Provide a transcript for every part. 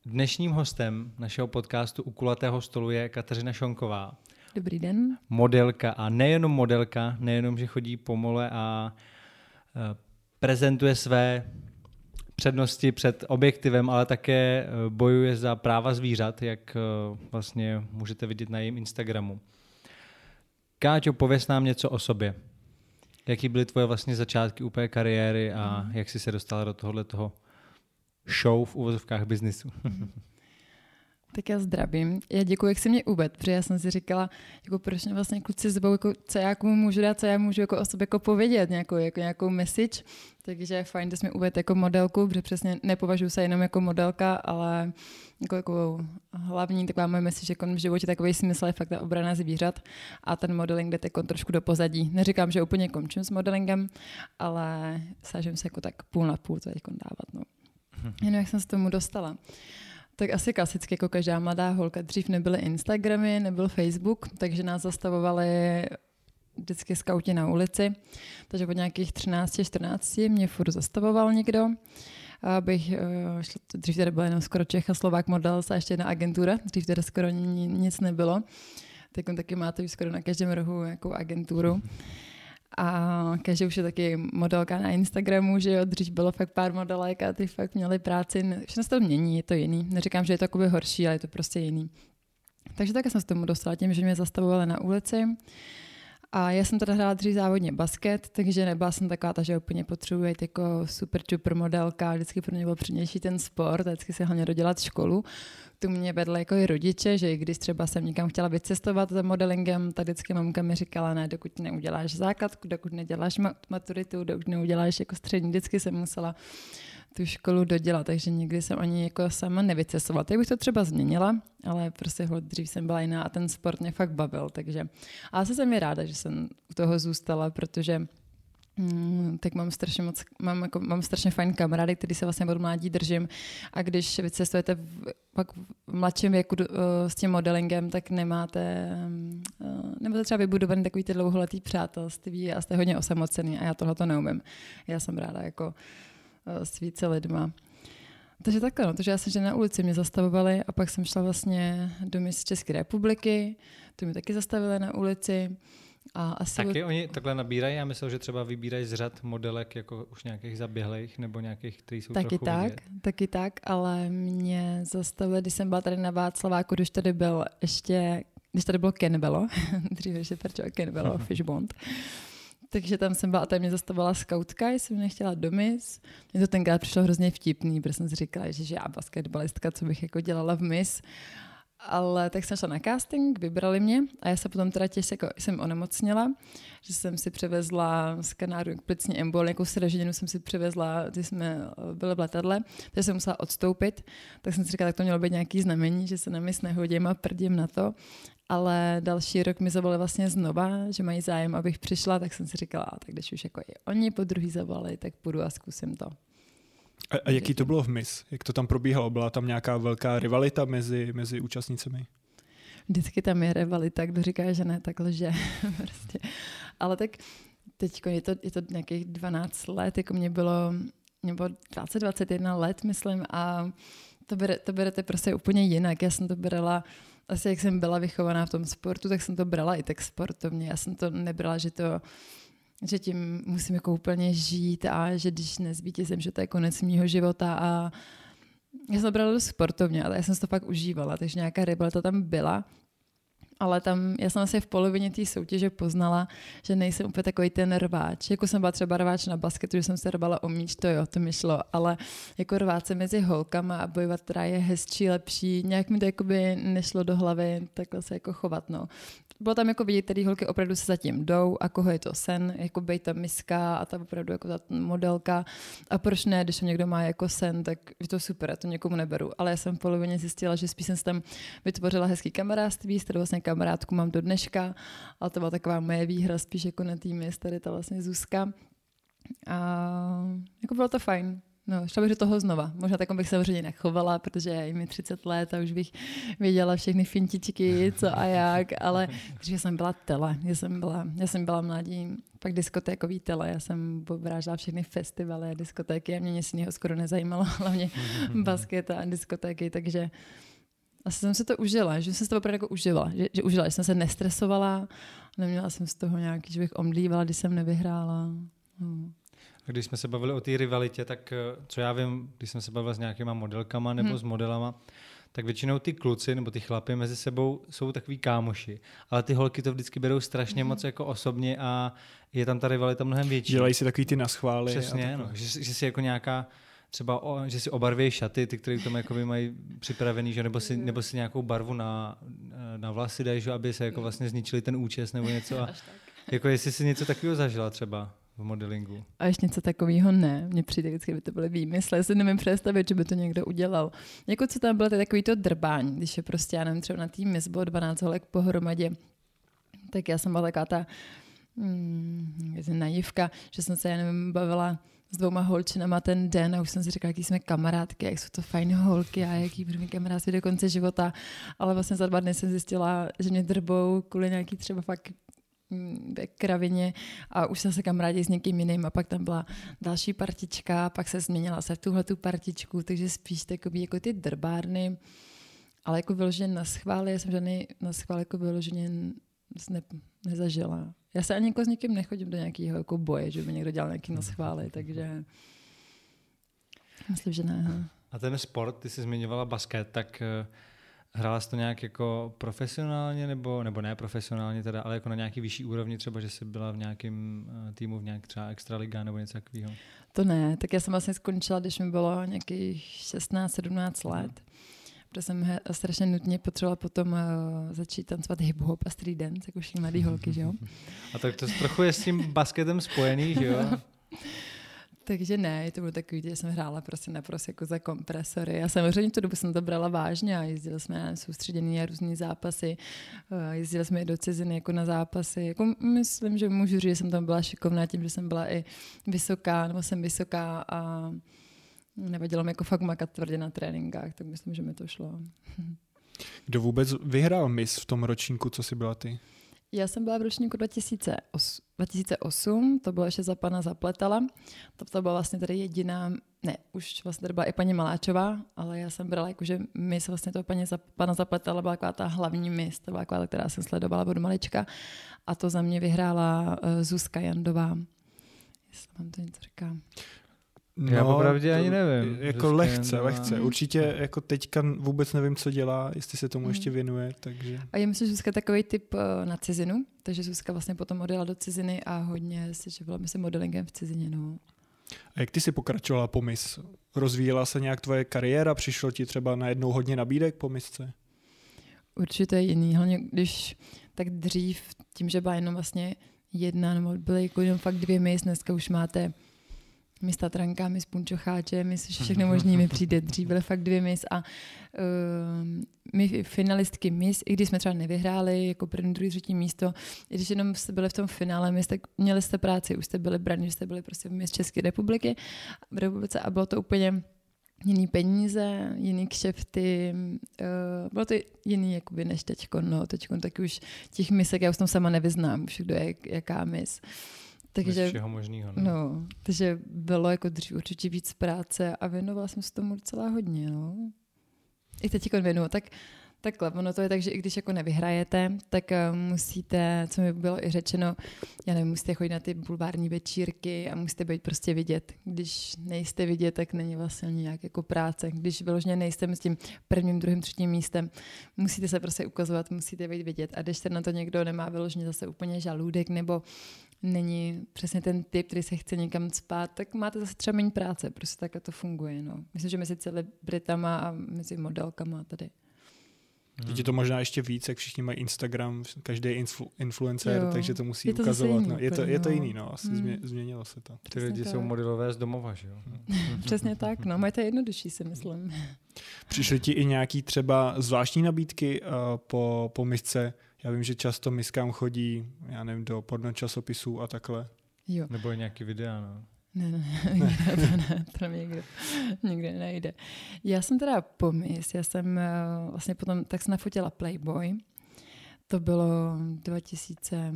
Dnešním hostem našeho podcastu U kulatého stolu je Kateřina Šonková. Dobrý den. Modelka a nejenom modelka, nejenom, že chodí po mole a prezentuje své přednosti před objektivem, ale také bojuje za práva zvířat, jak vlastně můžete vidět na jejím Instagramu. Káťo, pověz nám něco o sobě. Jaký byly tvoje vlastně začátky úplně kariéry a jak jsi se dostala do tohoto show v uvozovkách biznisu? Tak já zdravím. Já děkuji, jak jsi mě uvedl, protože já jsem si říkala, jako proč mě vlastně kluci zbou, jako, co já komu můžu dát, co já můžu jako o sobě jako povědět, nějakou message. Takže je fajn, že jsi mě uvedl jako modelku, protože přesně nepovažuji se jenom jako modelka, ale jako hlavní taková moje message jako v životě takový smysl je fakt ta obrana zvířat a ten modeling jde jako trošku do pozadí. Neříkám, že úplně končím s modelingem, ale snažím se jako tak půl na půl to jako dávat. No. Jenom jak jsem se tomu dostala. Tak asi klasicky, jako každá mladá holka. Dřív nebyly Instagramy, nebyl Facebook, takže nás zastavovali vždycky skauti na ulici. Takže od nějakých 13-14 mě furt zastavoval někdo. Dřív tady byl jenom skoro Čech a Slovák Models a ještě jedna agentura. Dřív tady skoro nic nebylo. Tak on taky máte už skoro na každém rohu nějakou agenturu. A každý už je taky modelka na Instagramu, že jo, dřív bylo fakt pár modelek a ty fakt měly práci, všechno se to mění, je to jiný. Neříkám, že je to jakoby horší, ale je to prostě jiný. Takže také jsem se tomu dostala tím, že mě zastavovali na ulici a já jsem teda hrála dřív závodně basket, takže nebyla jsem taková ta, že úplně potřebuji jít jako super modelka, vždycky pro mě byl přednější ten sport a vždycky se hlavně dodělat školu. Tu mě vedla jako i rodiče, že i když třeba jsem někam chtěla vycestovat za modelingem, tak vždycky mamka mi říkala, ne, dokud neuděláš základku, dokud neděláš maturitu, dokud neuděláš jako střední, vždycky jsem musela tu školu dodělat, takže nikdy jsem ani jako sama nevycestovala. Tak bych to třeba změnila, ale prostě dřív jsem byla jiná a ten sport mě fakt bavil, takže a asi jsem je ráda, že jsem u toho zůstala, protože tak mám strašně fajn kamarády, který se vlastně od mládí držím a když vycestujete pak v mladším věku s tím modelingem, tak nemáte třeba vybudovaný takový ty dlouholetý přátelství a jste hodně osamocený a já tohle to neumím. Já jsem ráda jako s více lidma. Takže takhle, no, protože já jsem, že na ulici mě zastavovali a pak jsem šla vlastně do Miss České republiky, to mě taky zastavili na ulici. A asi taky oni takhle nabírají? Já myslel, že třeba vybírají z řad modelek jako už nějakých zaběhlejch nebo nějakých, kteří jsou trochu vidět. Taky tak, ale mě zastavili, když jsem byla tady na Václaváku, když tady bylo Ken Bello, dřív ještě Perčo Ken Bello, Fishbond. Takže tam jsem byla a tam mě zastavila skautka, jestli mě nechtěla do Miss. Mně to tenkrát přišlo hrozně vtipný, protože jsem si říkala, že já basketbalistka, co bych jako dělala v Miss. Ale tak jsem šla na casting, vybrali mě a já se potom teda jsem onemocněla, že jsem si převezla z Kanáru plicní embol, nějakou sraženinu jsem si převezla, když jsme byli v letadle, takže jsem musela odstoupit, tak jsem si říkala, tak to mělo být nějaký znamení, že se na Miss nehodím a prdím na to. Ale další rok mi zavolali vlastně znova, že mají zájem, abych přišla, tak jsem si říkala, tak když už jako i oni po druhý zavolali, tak půjdu a zkusím to. A jaký to bylo v Miss? Jak to tam probíhalo? Byla tam nějaká velká rivalita mezi účastnicemi? Vždycky tam je rivalita, kdo říká, že ne, tak lže. Prostě. Ale tak teď je to nějakých 12 let, jako mě bylo 21 let, myslím, a to berete prostě úplně jinak. Já jsem to brala, asi jak jsem byla vychovaná v tom sportu, tak jsem to brala i tak sportovně. Já jsem to nebrala, že tím musím jako úplně žít a že když nezvítězím, že to je konec mýho života a já jsem to brala dost sportovně, ale já jsem to fakt užívala, takže nějaká rivalita tam byla, ale tam já jsem asi v polovině té soutěže poznala, že nejsem úplně takový ten rváč. Jako jsem byla třeba rváč na basketu, že jsem se rvala o míč, to mi šlo, ale jako rvát se mezi holkama a bojovat, která je hezčí, lepší, nějak mi to jakoby nešlo do hlavy takhle se jako chovat, no. Bylo tam jako vidět, který holky opravdu se zatím jdou a koho je to sen, jako bejt ta miska a ta opravdu jako ta modelka a proč ne, když někdo má jako sen, tak je to super, já to někomu neberu, ale já jsem v polovině zjistila, že spíš jsem si tam vytvořila hezký kamarádství, s kterou vlastně kamarádku mám do dneška, ale to byla taková moje výhra spíš jako na týmy, tady ta vlastně Zuzka a jako bylo to fajn. No, šla bych do toho znova. Možná tak bych samozřejmě nechovala, protože je mi 30 let a už bych věděla všechny fintičky, co a jak, ale když jsem byla tele, já jsem byla mladí, pak diskotékový tele, já jsem obrážela všechny festivaly a diskotéky a mě nic jiného skoro nezajímalo, hlavně basket a diskotéky, takže asi jsem se to užila, že jsem se to opravdu jako užila, že užila, že jsem se nestresovala, neměla jsem z toho nějaký, že bych omdlívala, když jsem nevyhrála. No. Když jsme se bavili o té rivalitě, tak co já vím, když jsem se bavil s nějakýma modelkama nebo s modelama, tak většinou ty kluci nebo ty chlapy mezi sebou jsou takový kámoši. Ale ty holky to vždycky berou strašně moc jako osobně a je tam ta rivalita mnohem větší. Dělají si takový ty naschvály. Přesně, no, že si jako nějaká třeba, že si obarvějí šaty, ty, které tam jakoby mají připravený, že? Nebo si nějakou barvu na vlasy dají, že? Aby se jako vlastně zničili ten účes nebo něco. A jako jestli si něco takového zažila třeba v modelingu. A ještě něco takového ne. Mně přijde vždycky, by to byly výmysly. Já si nevím představit, že by to někdo udělal. Jako co tam bylo, to je takový to drbání, když je prostě, já nevím, třeba na tým Miss bylo 12 holek pohromadě, tak já jsem byla taková ta naivka, že jsem se, já nevím, bavila s 2 holčinama ten den a už jsem si říkala, jaký jsme kamarádky, jak jsou to fajné holky a jaký budeme kamarádství do konce života. Ale vlastně za 2 dny jsem zjistila, že mě drbou kvůli nějaký třeba fakt kravině a už jsem se kamarádi s někým jiným a pak tam byla další partička, pak se změnila se v tuhletu partičku, takže spíš takový jako ty drbárny, ale jako vyloženě na schvál, já jsem žádný na schvál jako vyloženě nezažila. Já se ani jako s někým nechodím do nějakého jako boje, že by někdo dělal nějaký na schvály, takže myslím, že ne. A ten sport, ty jsi zmiňovala basket, tak hrála jsi to nějak jako profesionálně, nebo ne profesionálně teda, ale jako na nějaký vyšší úrovni, třeba, že jsi byla v nějakém týmu, v nějak třeba extraliga nebo něco takového? To ne, tak já jsem vlastně skončila, když mi bylo nějakých 16-17 let. Protože jsem strašně nutně potřebovala potom začít tancovat hip-hop a street dance, jako všichni mladý holky, že jo? A tak to trochu je s tím basketem spojený, že jo? Takže ne, to bylo takový, že jsem hrála prostě naprosto jako za kompresory. A samozřejmě tu dobu jsem to brala vážně a jezdili jsme na soustředění a různý zápasy. Jezdili jsme i do ciziny jako na zápasy. Jako myslím, že můžu říct, že jsem tam byla šikovná tím, že jsem byla i vysoká, nebo jsem vysoká a nevadilo mi jako fakt makat tvrdě na tréninkách, tak myslím, že mi to šlo. Kdo vůbec vyhrál Miss v tom ročníku, co jsi byla ty? Já jsem byla v ročníku 2008, to bylo ještě za pana Zapletala. To byla vlastně tady jediná, ne, už vlastně tady byla i paní Maláčová, ale já jsem brala jakože Miss vlastně toho pana Zapletala byla taková ta hlavní Miss, to byla taková, která jsem sledovala od malička a to za mě vyhrála Zuzka Jandová. Jestli vám to něco říká. No, já popravdě ani nevím. Jako lehce. Určitě jako teďka vůbec nevím, co dělá, jestli se tomu ještě věnuje. Takže. A já myslím, že Zuzka je takový typ na cizinu, takže Zuzka vlastně potom odjela do ciziny a hodně se živila myslím modelingem v cizině. No. A jak ty jsi pokračovala po Miss? Rozvíjela se nějak tvoje kariéra? Přišlo ti třeba najednou hodně nabídek po Missce? Určitě jiný, hlavně když tak dřív, tím, že byla jenom vlastně jedna, nebo byly jako jenom fakt 2 Miss, dneska už máte Miss Tatranka, Miss Punčocháče, Miss všechno možný mi přijde. Dřív byly fakt 2 Miss a my finalistky Miss, i když jsme třeba nevyhráli jako první, druhý, třetí místo, i když jenom jste byli v tom finále Miss, tak měli jste práci, už jste byli braní, že jste byli prostě v Miss České republiky v republice a bylo to úplně jiný peníze, jiný kšefty, bylo to jiný jakoby než teďko, no teďko taky už těch misek, já už tam sama nevyznám, už kdo je jaká Miss. Takže, všeho možného. No, takže bylo jako dřív určitě víc práce a věnovala jsem se tomu docela hodně. No. I teď věnuju. Takhle, ono to je tak, že i když jako nevyhrajete, tak musíte, co mi bylo i řečeno, já nevím, musíte chodit na ty bulvární večírky a musíte být prostě vidět. Když nejste vidět, tak není vlastně nějak jako práce. Když vyloženě nejste s tím prvním, druhým, třetím místem, musíte se prostě ukazovat, musíte být vidět. A když se na to někdo nemá vyloženě zase úplně žaludek nebo není přesně ten typ, který se chce někam spát, tak máte zase třeba méně práce. Prostě tak to funguje. No. Myslím, že mezi celebritama a mezi modelkama tady. Teď je to možná ještě víc, jak všichni mají Instagram, každý je influencer, jo, takže to musí je to ukazovat. Jiný, je to jiný, no, asi změnilo se to. Ty lidi jsou modelové z domova, že jo? Přesně tak, no, mají to jednodušší, si myslím. Přišly ti i nějaký třeba zvláštní nabídky po misce? Já vím, že často miskám chodí, já nevím, do pornočasopisů a takhle. Jo. Nebo nějaký videa, no. Ne, to nikde nejde. Já jsem teda pomys, já jsem vlastně potom tak jsem nafotila Playboy. To bylo 2000,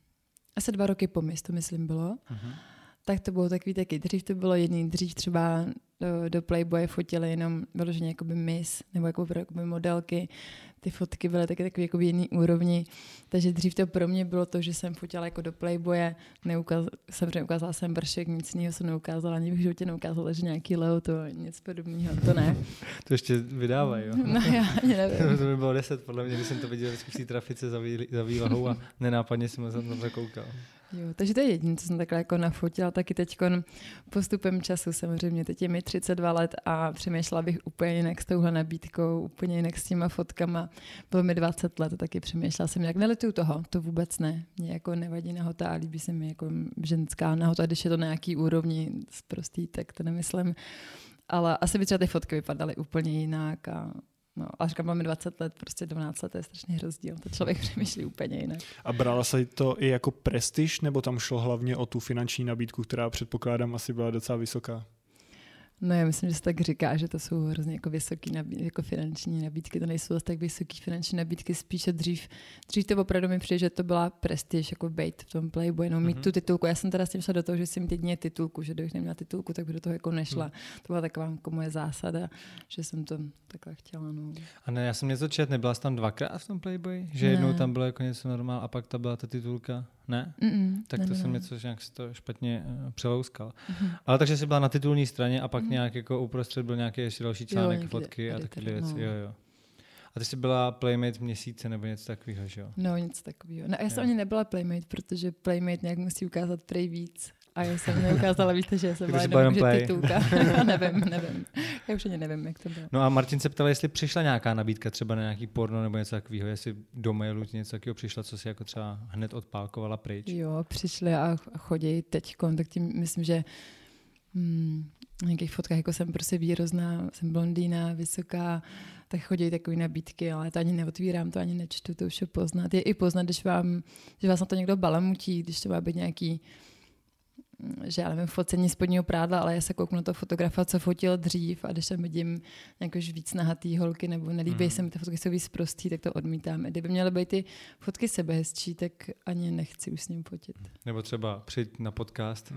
asi 2 roky pomys, to myslím bylo. Tak to bylo takový taky. Dřív to bylo jedný, dřív třeba do Playboye fotili jenom vyloženě jakoby miss, nebo jakoby modelky. Ty fotky byly taky takový jakoby jiný úrovni. Takže dřív to pro mě bylo to, že jsem fotila jako do Playboye, samozřejmě ukázala jsem vršek, nic jiného jsem neukázala, ani v životě neukázala, že nějaký Leo, to nic podobného, to ne. To ještě vydávají, jo? No já ani nevím. To by bylo 10, podle mě, když jsem to viděl vždycky v té trafice za vývahou a nenápadně jsem tam zakoukal. Jo, takže to je jediné, co jsem takhle jako nafotila, taky teď postupem času samozřejmě, teď je mi 32 let a přemýšlela bych úplně jinak s touhle nabídkou, úplně jinak s těma fotkama. Bylo mi 20 let a taky přemýšlela jsem, jak nelituju toho, to vůbec ne. Mě jako nevadí nahota a líbí se mi jako ženská nahota, když je to na nějaký úrovni prostý, tak to nemyslím. Ale asi by třeba ty fotky vypadaly úplně jinak a říkám, máme 20 let, prostě 12 let, to je strašný rozdíl. To člověk přemýšlí úplně jinak. A brala se to i jako prestiž, nebo tam šlo hlavně o tu finanční nabídku, která předpokládám asi byla docela vysoká? No já myslím, že se tak říká, že to jsou hrozně jako vysoký jako finanční nabídky, to nejsou zase tak vysoký finanční nabídky, spíše dřív to opravdu mi přijde, že to byla prestiž, jako bejt v tom Playboy, no mít tu titulku. Já jsem teda s tím šla do toho, že si mít jedině titulku, že kdybych neměla titulku, tak by do toho jako nešla. To byla taková jako moje zásada, že jsem to takhle chtěla. No. A ne, já jsem něco čet, nebyla jsi tam 2krát v tom Playboy? Že jednou tam bylo jako něco normál a pak ta byla ta titulka? Ne? Tak to jsem něco nějak to špatně přelouskal. Ale takže jsi byla na titulní straně a pak nějak jako uprostřed byl nějaký ještě další článek, fotky a takové věci. Jo. A ty jsi byla Playmate měsíce nebo něco takového, že jo? No, něco takového. No a já jsem ani nebyla Playmate, protože Playmate nějak musí ukázat prej víc. A já jsem neukázala, víte, že jsem byla jenom titulka. nevím. Já už ani nevím, jak to bylo. No a Martin se ptal, jestli přišla nějaká nabídka třeba na nějaký porno nebo něco takového, jestli do mailu něco takového přišlo, co si jako třeba hned odpálkovala pryč. Jo, přišli a chodí teďkon, tak tím myslím, že na nějakých fotkách jako jsem prostě výrozná, jsem blondýna, vysoká, tak chodí takové nabídky, ale to ani neotvírám, to ani nečtu, to už je poznat. Je i poznat, když vás na to někdo balamutí, když to má být nějaký, že já nevím, focení spodního prádla, ale já se kouknu na toho fotografa, co fotil dřív a když tam vidím nějakož víc nahatý holky nebo nelíbí se mi ty fotky, jsou víc prostý, tak to odmítám. Kdyby měly být ty fotky sebehezčí, tak ani nechci už s ním fotit. Nebo třeba přijď na podcast.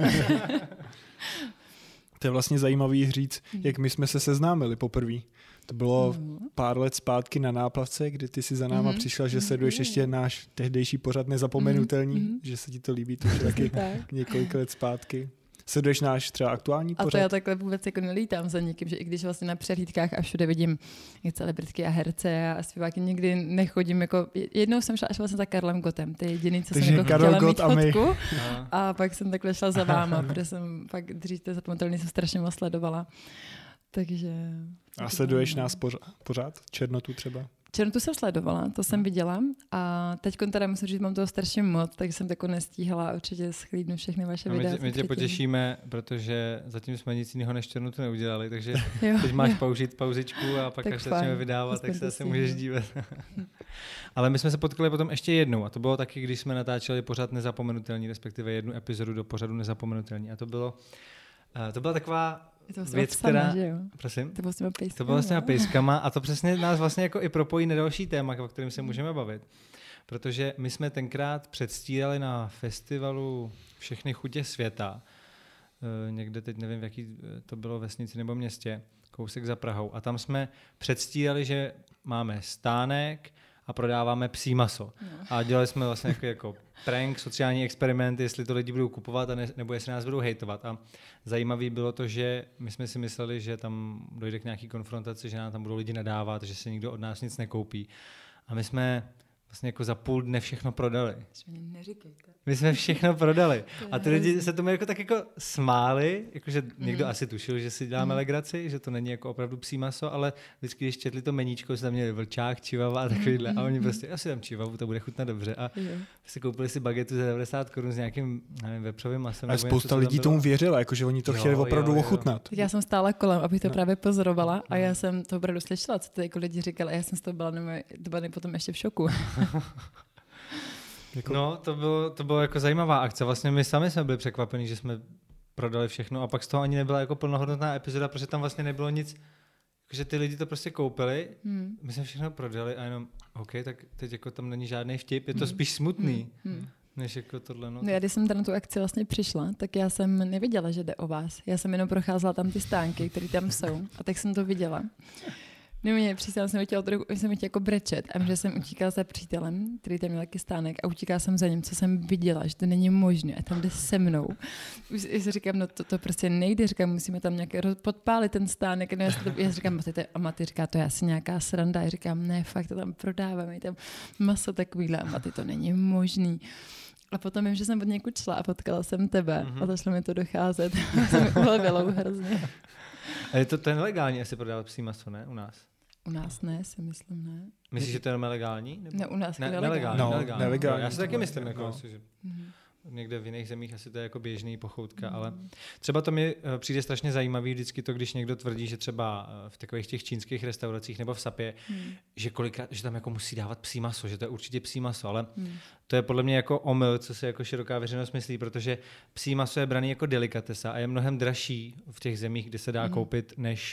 To je vlastně zajímavý říct, jak my jsme se seznámili poprvé. To bylo pár let zpátky na Náplavce, kdy ty si za náma přišla, že sleduješ ještě náš tehdejší pořad Nezapomenutelný, že se ti to líbí, to už taky několik let zpátky. Sleduješ náš třeba aktuální pořad? A to já takhle vůbec jako nelítám za někým, že i když vlastně na přehlídkách a všude vidím celebritky a herce a zpěváky, nikdy nechodím jako, jednou jsem šla až vlastně za Karlem Gottem, to je jediný, co jsem jako chtěla mít fotku a pak jsem takhle šla za váma, protože jsem pak dřív to Nezapomenutelný jsem strašně moc sledovala. Takže... A sleduješ nás pořád? Černotu třeba? Černotu jsem sledovala, to jsem viděla a teď teda musím říct, mám toho strašně moc, takže jsem tako nestíhala a určitě schlídnu všechny vaše videa. My tě potěšíme, protože zatím jsme nic jiného než Černotu neudělali, takže teď máš pauzičku a pak tak až začneme vydávat, tak se asi můžeš dívat. Ale my jsme se potkali potom ještě jednou a to bylo taky, když jsme natáčeli pořad Nezapomenutelný, respektive jednu epizodu do pořadu Nezapomenutelný a to byla taková věc, která... Prosím? To bylo s těma pejskama a to přesně nás vlastně jako i propojí na další téma, o kterém se můžeme bavit. Protože my jsme tenkrát předstírali na festivalu Všechny chutě světa, někde teď nevím, v jaký to bylo vesnici nebo městě, kousek za Prahou. A tam jsme předstírali, že máme stánek a prodáváme psí maso. No. A dělali jsme vlastně jako prank, sociální experiment, jestli to lidi budou kupovat nebo jestli nás budou hejtovat. A zajímavý bylo to, že my jsme si mysleli, že tam dojde k nějaký konfrontaci, že nám tam budou lidi nadávat, že se nikdo od nás nic nekoupí. A my jsme vlastně jako za půl dne všechno prodali. My jsme všechno prodali. A ty lidi se tomu jako tak jako smáli, jakože někdo asi tušil, že si děláme legraci, že to není jako opravdu psí maso, ale vždycky, když četli to meníčko, se tam měli vlčák, čivava a takovýhle. A oni prostě, já si dám čivavu, to bude chutnat dobře. A si koupili si bagetu za 90 Kč s nějakým, nevím, vepřovým masem. A spousta lidí tomu věřila, jakože oni to chtěli opravdu ochutnat. Já jsem stála kolem, abych to právě pozorovala a já jsem to opravdu slyšela, co to jako lidi říkali a já jsem z toho byla potom ještě v šoku. No, to bylo jako zajímavá akce. Vlastně my sami jsme byli překvapení, že jsme prodali všechno a pak z toho ani nebyla jako plnohodnotná epizoda, protože tam vlastně nebylo nic, že ty lidi to prostě koupili, my jsme všechno prodali a jenom, OK, tak teď jako tam není žádný vtip, je to spíš smutný, než jako tohle. No, já když jsem tam na tu akci vlastně přišla, tak já jsem neviděla, že jde o vás. Já jsem jenom procházela tam ty stánky, které tam jsou a tak jsem to viděla. Přísám, jsem chtěla jako brečet a že jsem utíkala za přítelem, který tam měl taky stánek a utíkala jsem za ním, co jsem viděla, že to není možné a tam jde se mnou. Už si říkám, no to prostě nejde, říkám, musíme tam nějak podpálit ten stánek. No, já říkám, a Maty říká, to je asi nějaká sranda. Já říkám, ne, fakt to tam prodáváme, je tam maso takovýhle a Maty, to není možný. A potom vím, že jsem od někud šla a potkala jsem tebe a začalo mi to docházet. Jsem mi ulevilo hrozně. A je to nelegální asi prodávat psí maso, ne? U nás? U nás ne, si myslím, ne. Myslíš, že to je nelegální? Nebo? Ne, u nás ne, nelegální. Nelegální. Já si taky myslím, jako, že někde v jiných zemích asi to je jako běžný pochoutka, ale třeba to mi přijde strašně zajímavý vždycky to, když někdo tvrdí, že třeba v takových těch čínských restauracích nebo v Sapě, že tam jako musí dávat psí maso, že to je určitě psí maso, ale to je podle mě jako omyl, co si jako široká veřejnost myslí, protože psí maso je braný jako delikatesa a je mnohem dražší v těch zemích, kde se dá koupit,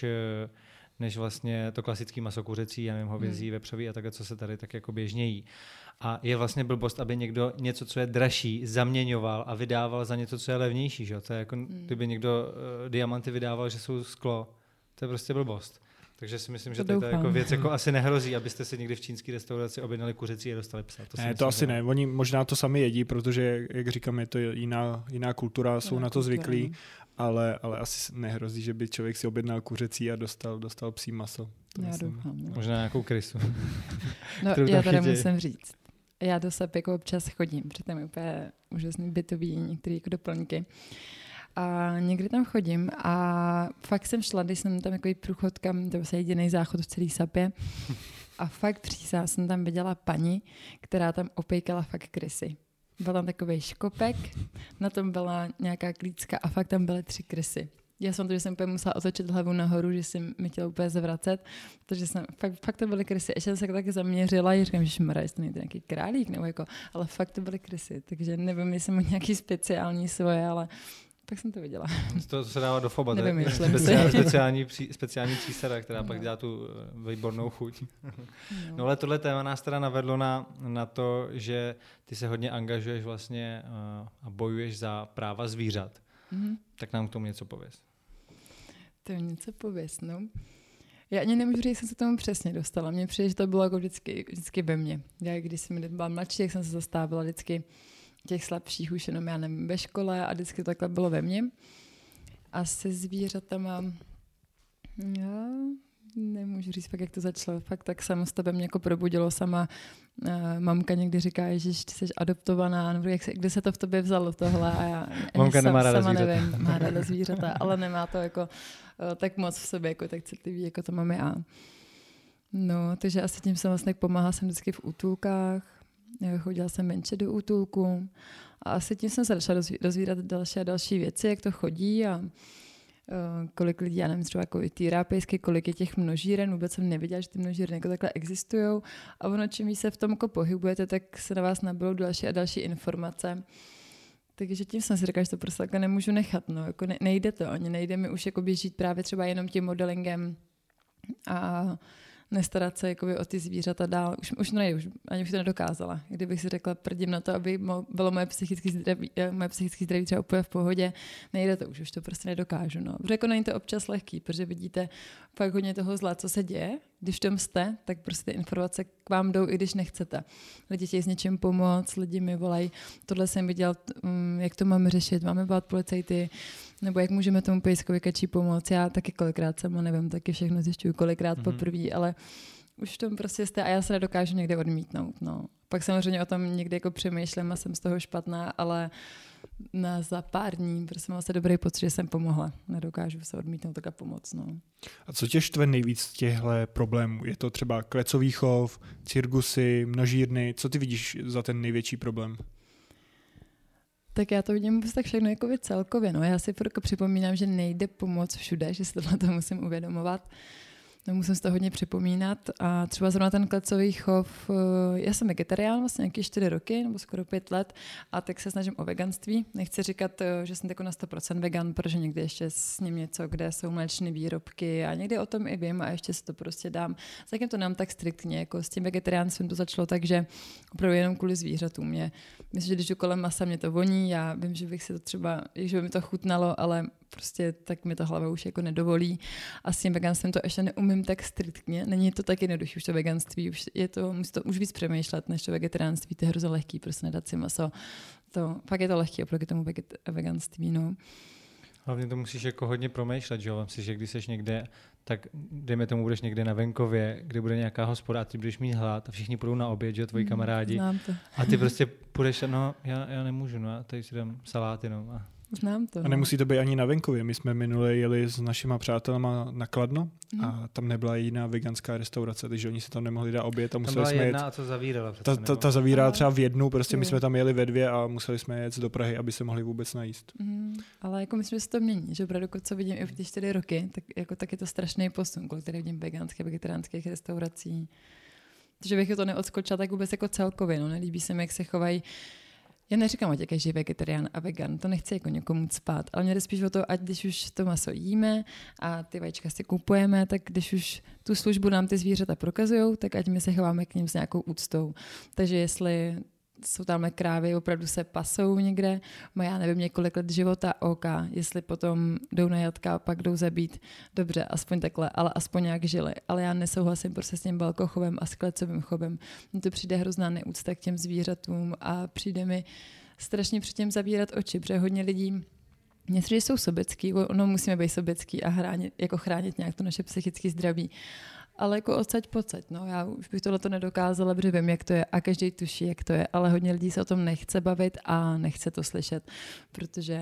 než vlastně to klasický maso kuřecí, já nevím, hovězí, vepřový a takhle, co se tady tak jako běžně jí. A je vlastně blbost, aby někdo něco, co je dražší, zaměňoval a vydával za něco, co je levnější. Že? To je jako, kdyby někdo diamanty vydával, že jsou sklo. To je prostě blbost. Takže si myslím, že to je jako věc jako asi nehrozí, abyste si někdy v čínské restauraci objednali kuřecí a dostali psa. To asi ne. Oni možná to sami jedí, protože, jak říkám, je to jiná kultura, jsou na to zvyklí, ale asi nehrozí, že by člověk si objednal kuřecí a dostal psí maso. Já doufám. Možná nějakou krysu. No, já tady musím říct. Já do Sapy jako občas chodím, protože tam je úplně úžasný bytový některé jako doplňky. A někdy tam chodím a fakt jsem šla, když jsem tam jako průchodka, to byl jediný záchod v celé Sapě. A fakt přísahám, jsem tam viděla paní, která tam opejkala fakt krysy. Byl tam takovej škopek, na tom byla nějaká klícka a fakt tam byly 3 krysy. Já jsem to, že jsem úplně musela otočit hlavu nahoru, že jsem mi chtěla úplně zvracet, protože jsem, fakt to byly krysy. Ještě jsem se taky zaměřila a říkám, že šmaraj, to není nějaký králík, nebo jako, ale fakt to byly krysy. Takže nevím, jestli mám nějaký speciální svoje, ale pak jsem to viděla. To se dává do foba, speciální přísada, která pak dělá tu výbornou chuť. No ale tohle téma nás teda navedlo na to, že ty se hodně angažuješ vlastně a bojuješ za práva zvířat. Tak nám k tomu něco pověz. To něco pověz, no. Já ani nemůžu říct, jak jsem se tomu přesně dostala. Mně přijde, že to bylo jako vždycky ve mně. Já když jsem byla mladší, tak jsem se zastávala vždycky těch slabších už jenom, já nevím, ve škole a vždycky to takhle bylo ve mně. A se zvířatama, já nemůžu říct fakt, jak to začalo. Fakt tak samo s tebe mě jako probudilo sama. Mamka někdy říká, že jsi adoptovaná, nebo kde se to v tobě vzalo tohle a já mamka nemá ráda sama zvířata. Nevím, má ráda zvířata, ale nemá to jako tak moc v sobě, jako tak citlivý, jako to máme já. No, takže asi tím jsem vlastně pomáhala jsem vždycky v útulkách, chodila jsem menše do útulku a asi tím jsem se začala dozvídat další a další věci, jak to chodí a kolik lidí, já nevím, třeba jako i týrápejsky, kolik je těch množíren, vůbec jsem nevěděla, že ty množírny jako takhle existují a ono, čím víc se v tom jako pohybujete, tak se na vás nabudou další a další informace. Takže tím jsem si říkala, že to prostě takhle nemůžu nechat, no, jako nejde to, ani nejde mi už jako běžít právě třeba jenom tím modelingem a nestarat se jakoby o ty zvířata dál. Už nejde, ani už to nedokázala. Kdybych si řekla, prdím na to, aby bylo moje psychické zdraví třeba úplně v pohodě, nejde to už to prostě nedokážu. No. Protože jako není to občas lehký, protože vidíte fakt hodně toho zla, co se děje. Když v tom jste, tak prostě ty informace k vám jdou, i když nechcete. Lidi chtějí s něčím pomoct, lidi mi volají, tohle jsem viděl, jak to máme řešit, máme bát policajty, nebo jak můžeme tomu pejskovi kačí pomoct. Já taky kolikrát sama nevím, taky všechno zjišťuju kolikrát poprvé, ale už v tom prostě jste a já se nedokážu někde odmítnout. No. Pak samozřejmě o tom někdy jako přemýšlím a jsem z toho špatná, ale za pár dní prostě mám asi dobrý pocit, že jsem pomohla. Nedokážu se odmítnout taká pomoc. No. A co tě štve nejvíc z těchto problémů? Je to třeba klecový chov, cirkusy, množírny? Co ty vidíš za ten největší problém? Tak já to vidím tak všechno jako celkově. No. Já si připomínám, že nejde pomoct všude, že si tohle to musím uvědomovat. musím si to hodně připomínat a třeba zrovna ten klecový chov, já jsem vegetarián vlastně nějaké 4 roky nebo skoro 5 let a tak se snažím o veganství. Nechci říkat, že jsem jako na 100% vegan, protože někdy ještě s ním něco, kde jsou mléčné výrobky a někdy o tom i vím a ještě si to prostě dám. Zatím to nám tak striktně, jako s tím vegetariánstvím to začalo tak, že opravdu jenom kvůli zvířatům. Myslím, že když jdu kolem masa, mě to voní, já vím, že bych si to třeba, že by mi to chutnalo, ale prostě tak mi to hlava už jako nedovolí. A s tím veganstvím to ještě neumím tak striktně. Není to tak jednoduché už to veganství, musí to už víc přemýšlet, než to vegetariánství, to je hrozně lehký, prostě nedat si maso. Fakt je to lehký oproti tomu veganství, no. Hlavně to musíš jako hodně promýšlet, že jo? Vem si, že když seš někde, tak dejme tomu, budeš někde na venkově, kde bude nějaká hospoda a ty budeš mít hlad a všichni půjdou na oběd, že jo, tvoji kamarádi. Znám to. A ty prostě půjdeš, no já nemůžu, no já tady si dám saláty, no. Znám to. A nemusí to být ani na venkově. My jsme minule jeli s našima přátelama na Kladno a tam nebyla jiná veganská restaurace, takže oni si tam nemohli dát oběd a museli jsme jet. A co zavírala? Ta zavírala třeba v 1, prostě my jsme tam jeli ve 2 a museli jsme jet do Prahy, aby se mohli vůbec najíst. Ale jako myslím, že se to mění, že opravdu, co vidím i v těch 4 roky, tak je to strašný posun, který vidím veganských, vegetariánských restaurací. Takže bych to neodskočila tak vůbec jako celkově, no, nelíbí se mi, jak se chovají. Já neříkám o těch, že je vegetarián a vegan, to nechci jako někomu spát, ale mě jde spíš o to, ať když už to maso jíme a ty vajíčka si kupujeme, tak když už tu službu nám ty zvířata prokazujou, tak ať my se chováme k ním s nějakou úctou. Takže jestli jsou tamhle krávy, opravdu se pasou někde, má já nevím několik let života, OK, jestli potom jdou na jatka a pak jdou zabít, dobře, aspoň takhle, ale aspoň nějak žili. Ale já nesouhlasím prostě s tím velkochovem a s klecovým chovem. Mně to přijde hrozná neúcta k těm zvířatům a přijde mi strašně při těm zavírat oči, protože hodně lidí že jsou sobecký, ono musíme být sobecký a chránit nějak to naše psychické zdraví. Ale jako odsaď pocať, no já už bych tohleto nedokázala, protože vím, jak to je a každý tuší, jak to je, ale hodně lidí se o tom nechce bavit a nechce to slyšet, protože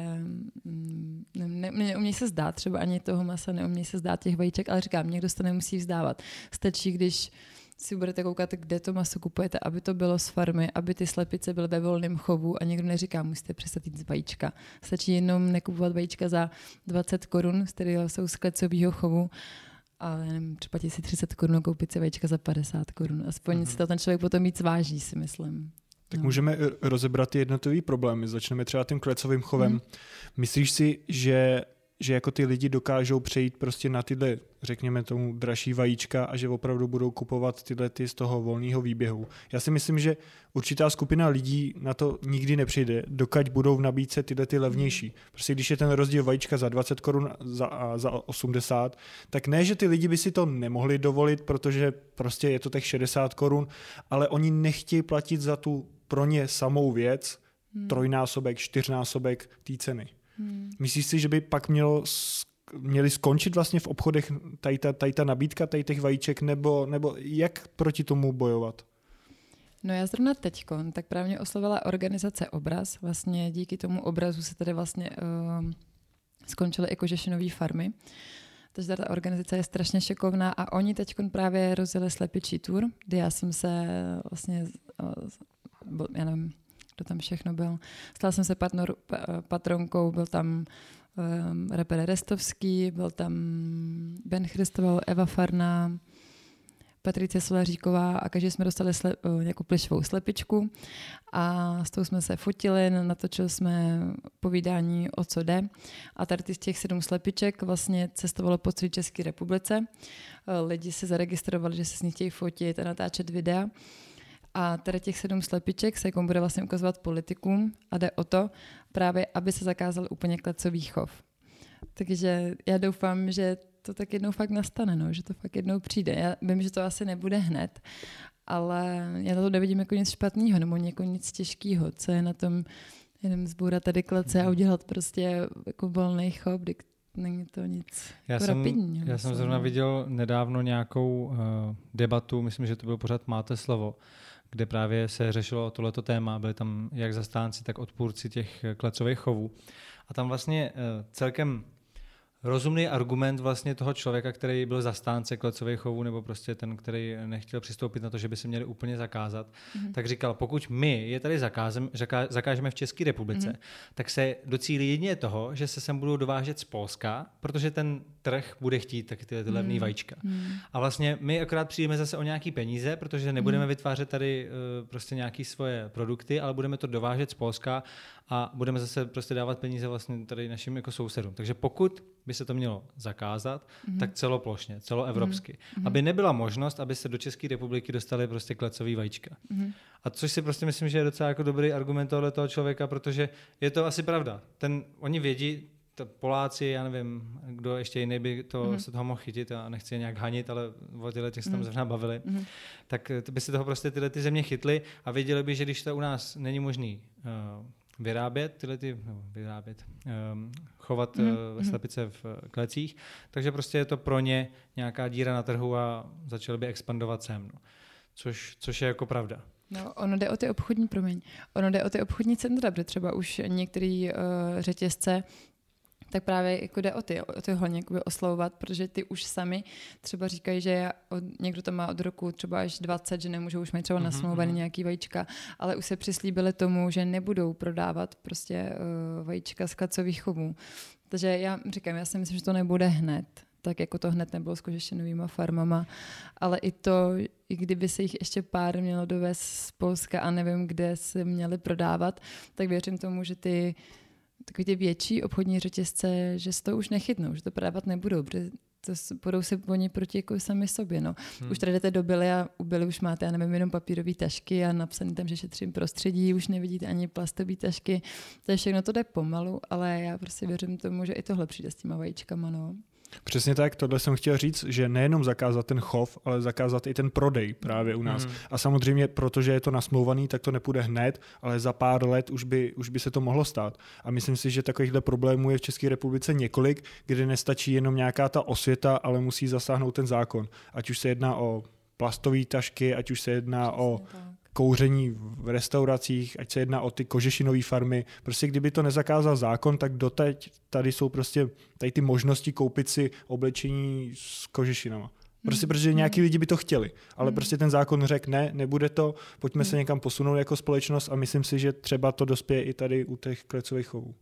neumějí se zdát, třeba ani toho masa, neumějí se zdát těch vajíček, ale říkám, někdo se to nemusí vzdávat. Stačí, když si budete koukat, kde to maso kupujete, aby to bylo z farmy, aby ty slepice byly ve volném chovu a někdo neříká, musíte přestat jít z vajíčka. Stačí jenom nekupovat vajíčka za 20 korun, které jsou z klecového chovu, ale nevím, třeba 1030 korun koupit si vajíčka za 50 korun. Aspoň si to ten člověk potom víc váží, si myslím. Tak můžeme rozebrat ty jednotlivé problémy. Začneme třeba tím klecovým chovem. Myslíš si, že jako ty lidi dokážou přejít prostě na tyhle, řekněme tomu, dražší vajíčka a že opravdu budou kupovat tyhle ty z toho volného výběhu? Já si myslím, že určitá skupina lidí na to nikdy nepřijde, dokud budou v nabídce tyhle ty levnější. Prostě když je ten rozdíl vajíčka za 20 korun a za 80, tak ne, že ty lidi by si to nemohli dovolit, protože prostě je to těch 60 korun, ale oni nechtějí platit za tu pro ně samou věc, 3násobek, 4násobek té ceny. Myslíš si, že by pak měli skončit vlastně v obchodech tady ta nabídka, tady těch vajíček, nebo jak proti tomu bojovat? No já zrovna teďko, tak právě oslovila organizace Obraz. Vlastně díky tomu Obrazu se tady vlastně skončily i kožešinové farmy. Takže ta organizace je strašně šikovná a oni teďko právě rozjeli slepičí tour, kdy já jsem se vlastně, já nevím, kdo tam všechno byl. Stala jsem se patronkou, byl tam rapper Restovský, byl tam Ben Christoval, Eva Farná, Patricie Solaříková a každý jsme dostali nějakou plišovou slepičku a s tou jsme se fotili, natočili jsme povídání, o co jde a tady z těch 7 slepiček vlastně cestovalo po celé České republice. Lidi se zaregistrovali, že se s nich chtějí fotit a natáčet videa. A tady těch 7 slepiček se bude vlastně ukazovat politikům a jde o to právě, aby se zakázal úplně klecový chov. Takže já doufám, že to tak jednou fakt nastane, no, že to fakt jednou přijde. Já vím, že to asi nebude hned, ale já na to nevidím jako nic špatného nebo jako nic těžkého, co je na tom jenom zbourat tady klece a udělat prostě jako volný chov, kdy není to nic rapidního. Já jsem zrovna viděl nedávno nějakou debatu, myslím, že to byl pořád Máte slovo, kde právě se řešilo tohleto téma, byli tam jak zastánci, tak odpůrci těch klecových chovů. A tam vlastně celkem rozumný argument vlastně toho člověka, který byl zastánce klecových chovů nebo prostě ten, který nechtěl přistoupit na to, že by se měli úplně zakázat, tak říkal, pokud my je tady zakážeme v České republice, tak se docílí jedině toho, že se sem budou dovážet z Polska, protože ten trh bude chtít taky ty levný vajíčka. A vlastně my akorát přijdeme zase o nějaký peníze, protože nebudeme vytvářet tady prostě nějaký svoje produkty, ale budeme to dovážet z Polska a budeme zase prostě dávat peníze vlastně tady našim jako sousedům. Takže pokud by se to mělo zakázat, tak celoplošně, celoevropsky. Aby nebyla možnost, aby se do České republiky dostaly prostě klecový vajíčka. A což si prostě myslím, že je docela jako dobrý argument toho člověka, protože je to asi pravda. Oni vědí, Poláci, já nevím, kdo ještě jiný by se toho mohl chytit a nechci je nějak hanit, ale o těch se tam zrovna bavili, tak by se toho prostě tyhle ty země chytly a věděli by, že když to u nás není možný chovat slepice v klecích, takže prostě je to pro ně nějaká díra na trhu a začali by expandovat sem. No. Což je jako pravda. No, ono jde o ty obchodní centra, protože třeba už některé řetězce tak právě jako jde o ty hlavně oslovovat, protože ty už sami třeba říkají, že někdo to má od roku třeba až 20, že nemůžou už mít třeba nasmlouvaný nějaký vajíčka, ale už se přislíbili tomu, že nebudou prodávat prostě vajíčka z klecových chovů. Takže já si myslím, že to nebude hned, tak jako to hned nebylo s kožešinovýma farmama, ale i kdyby se jich ještě pár mělo dovést z Polska a nevím, kde se měly prodávat, tak věřím tomu, že takový ty větší obchodní řetězce, že se to už nechytnou, že to prodávat nebudou, protože budou se oni proti jako sami sobě. No. Už tady jdete do Billy a u Billy už máte, já nevím, jenom papírové tašky a napsaný tam, že šetřím prostředí, už nevidíte ani plastové tašky. To je všechno, to jde pomalu, ale já prostě věřím tomu, že i tohle přijde s těma vajíčkama. No. Přesně tak, tohle jsem chtěl říct, že nejenom zakázat ten chov, ale zakázat i ten prodej právě u nás. A samozřejmě, protože je to nasmlouvaný, tak to nepůjde hned, ale za pár let už by se to mohlo stát. A myslím si, že takovýchhle problémů je v České republice několik, kde nestačí jenom nějaká ta osvěta, ale musí zasáhnout ten zákon. Ať už se jedná o plastové tašky, ať už se jedná o kouření v restauracích, ať se jedná o ty kožešinové farmy. Prostě kdyby to nezakázal zákon, tak doteď tady jsou prostě tady ty možnosti koupit si oblečení s kožešinama. Prostě protože nějaký lidi by to chtěli, ale prostě ten zákon řekl ne, nebude to, pojďme se někam posunout jako společnost a myslím si, že třeba to dospěje i tady u těch klecových chovů.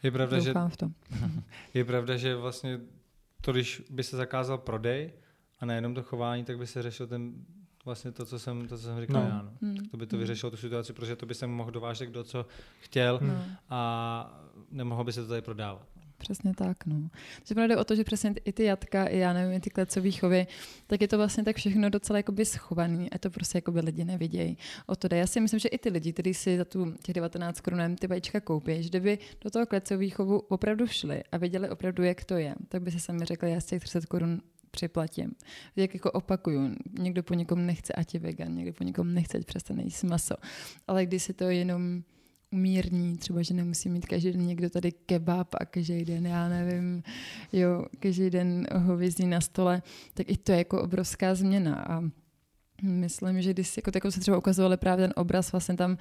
Je pravda, že vlastně to, když by se zakázal prodej a nejenom to chování, tak by se řešil vlastně to, co jsem říkal já. No. To by to vyřešilo tu situaci, protože to by se mohl dovážet kdo co chtěl a nemohlo by se to tady prodávat. Přesně tak, no. Takže jde o to, že přesně i ty jatka, i já nevím, i ty klecový chovy, tak je to vlastně tak všechno docela jakoby schovaný a to prostě jakoby lidi nevidějí. O to jde. Já si myslím, že i ty lidi, kteří si za těch 19 korun ty vajíčka koupí, že kdyby do toho klecového chovu opravdu šli a věděli opravdu, jak to je, tak by se sami řekli, já z těch 30 korun připlatím. Jak jako opakuju, někdo po někom nechce, ať je vegan, někdo po někom nechce, ať přestane jíst maso. Ale když si to jenom umírní, třeba, že nemusí mít každý den někdo tady kebab a každý den, já nevím, každý den hovězí na stole, tak i to je jako obrovská změna a myslím, že když jako se třeba ukazovali právě ten obraz, vlastně tam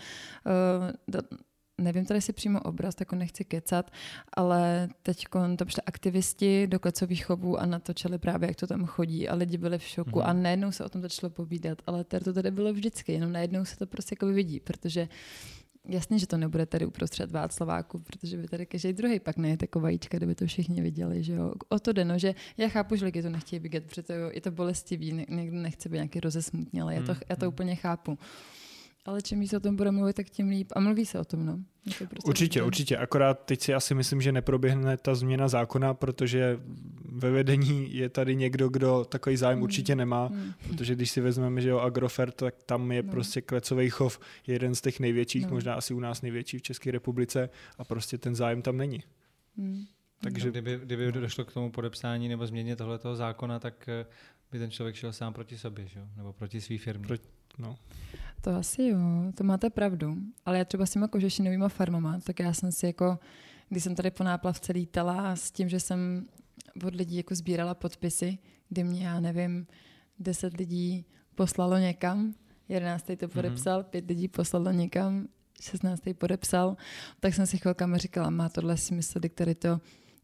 nevím tady si přímo obraz, tak nechci kecat, ale teď tam přišli aktivisti do klecových chovů a natočili právě, jak to tam chodí a lidi byli v šoku a najednou se o tom začalo povídat, ale to tady bylo vždycky, jenom najednou se to prostě jako vidí, protože jasně, že to nebude tady uprostřed Václaváku, protože by tady každý druhý pak nejde jako vajíčka, kdyby to všichni viděli, že jo. O to jde, no, že já chápu, že lidi to nechtějí vidět, protože je to bolestivý, někdo nechce být nějaký rozesmutný, ale já to úplně chápu. Ale čím víc o tom bude mluvit, tak tím líp. A mluví se o tom, no. Prostě určitě. Akorát teď si asi myslím, že neproběhne ta změna zákona, protože ve vedení je tady někdo, kdo takový zájem určitě nemá, protože když si vezmeme, že Agrofert, tak tam je prostě klecový chov jeden z těch největších, možná asi u nás největší v České republice a prostě ten zájem tam není. Takže kdyby došlo k tomu podepsání nebo změně tohletoho zákona, tak by ten člověk šel sám proti sobě, že? Nebo proti svý firmě. To asi jo, to máte pravdu. Ale já třeba s těma kožešinovýma farmama, tak já jsem si jako, když jsem tady po náplavce lítala a s tím, že jsem od lidí jako sbírala podpisy, kdy mě, já nevím, 10 lidí poslalo někam, 11. to podepsal, 5 lidí poslalo někam, 16. podepsal, tak jsem si chvilkama říkala, má tohle smysl, který to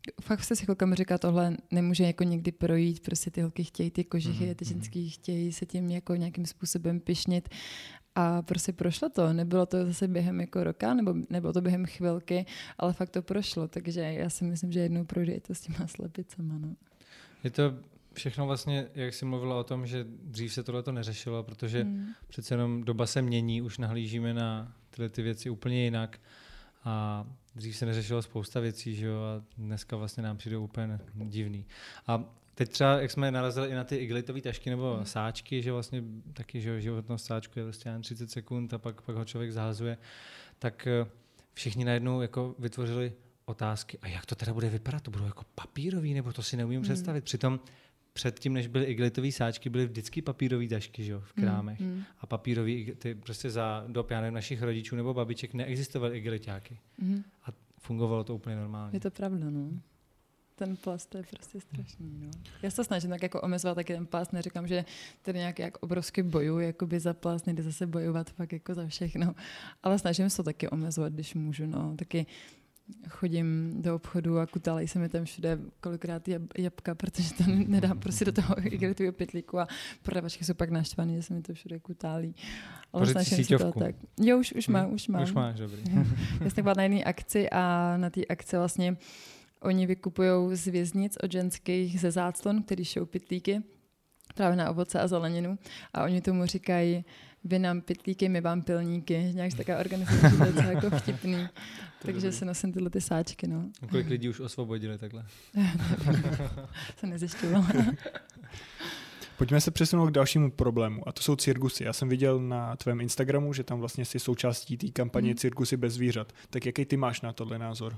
fakt se si chvilkami říká, tohle nemůže jako někdy projít, prostě ty holky chtějí ty kožichy, ty ženský chtějí se tím jako nějakým způsobem pyšnit a prostě prošlo to. Nebylo to zase během jako roka, nebo to během chvilky, ale fakt to prošlo, takže já si myslím, že jednou projde to s těma slepicama. No. Je to všechno vlastně, jak jsi mluvila o tom, že dřív se tohle to neřešilo, protože přece jenom doba se mění, už nahlížíme na tyhle ty věci úplně jinak a dřív se neřešilo spousta věcí, že jo, a dneska vlastně nám přijde úplně divný. A teď třeba, jak jsme narazili i na ty igelitové tašky nebo sáčky, že vlastně taky, že životnost sáčku je prostě 30 sekund a pak ho člověk zahazuje, tak všichni najednou jako vytvořili otázky, a jak to teda bude vypadat, to budou jako papírový, nebo to si neumím představit. Přitom předtím, než byly igelitové sáčky, byly vždycky papírové tašky, že jo, v krámech. A papírový, ty prostě za dob, já nevím, našich rodičů nebo babiček neexistovaly igeliťáky. A fungovalo to úplně normálně. Je to pravda, no. Ten plast je prostě strašný, no. Já se snažím tak jako omezovat taky ten plast, neříkám, že tady nějaký jak obrovský bojuji jakoby za plast, nejde zase bojovat fakt jako za všechno, ale snažím se to taky omezovat, když můžu, no. Taky chodím do obchodu a kutálejí se mi tam všude kolikrát jabka, protože to nedám prostě do toho igelitového pytlíku a prodavačky jsou pak naštvaný, že se mi to všude kutálí. Ale snažím se to tak. Jo, už mám. Už máš, dobrý. Já jsem byla na jedné akci a na té akci vlastně oni vykupujou z věznic od ženských ze záclon, který šou pytlíky právě na ovoce a zeleninu a oni tomu říkají, vy nám pytlíky, my vám pilníky. Nějak taková organizace, to je docela jako vtipný. Takže se nosím tyhle ty sáčky, no. A kolik lidí už osvobodili takhle? Se nezjišťovala. Pojďme se přesunout k dalšímu problému a to jsou cirkusy. Já jsem viděl na tvém Instagramu, že tam vlastně jsi součástí té kampaně Cirkusy bez zvířat. Tak jaký ty máš na tohle názor?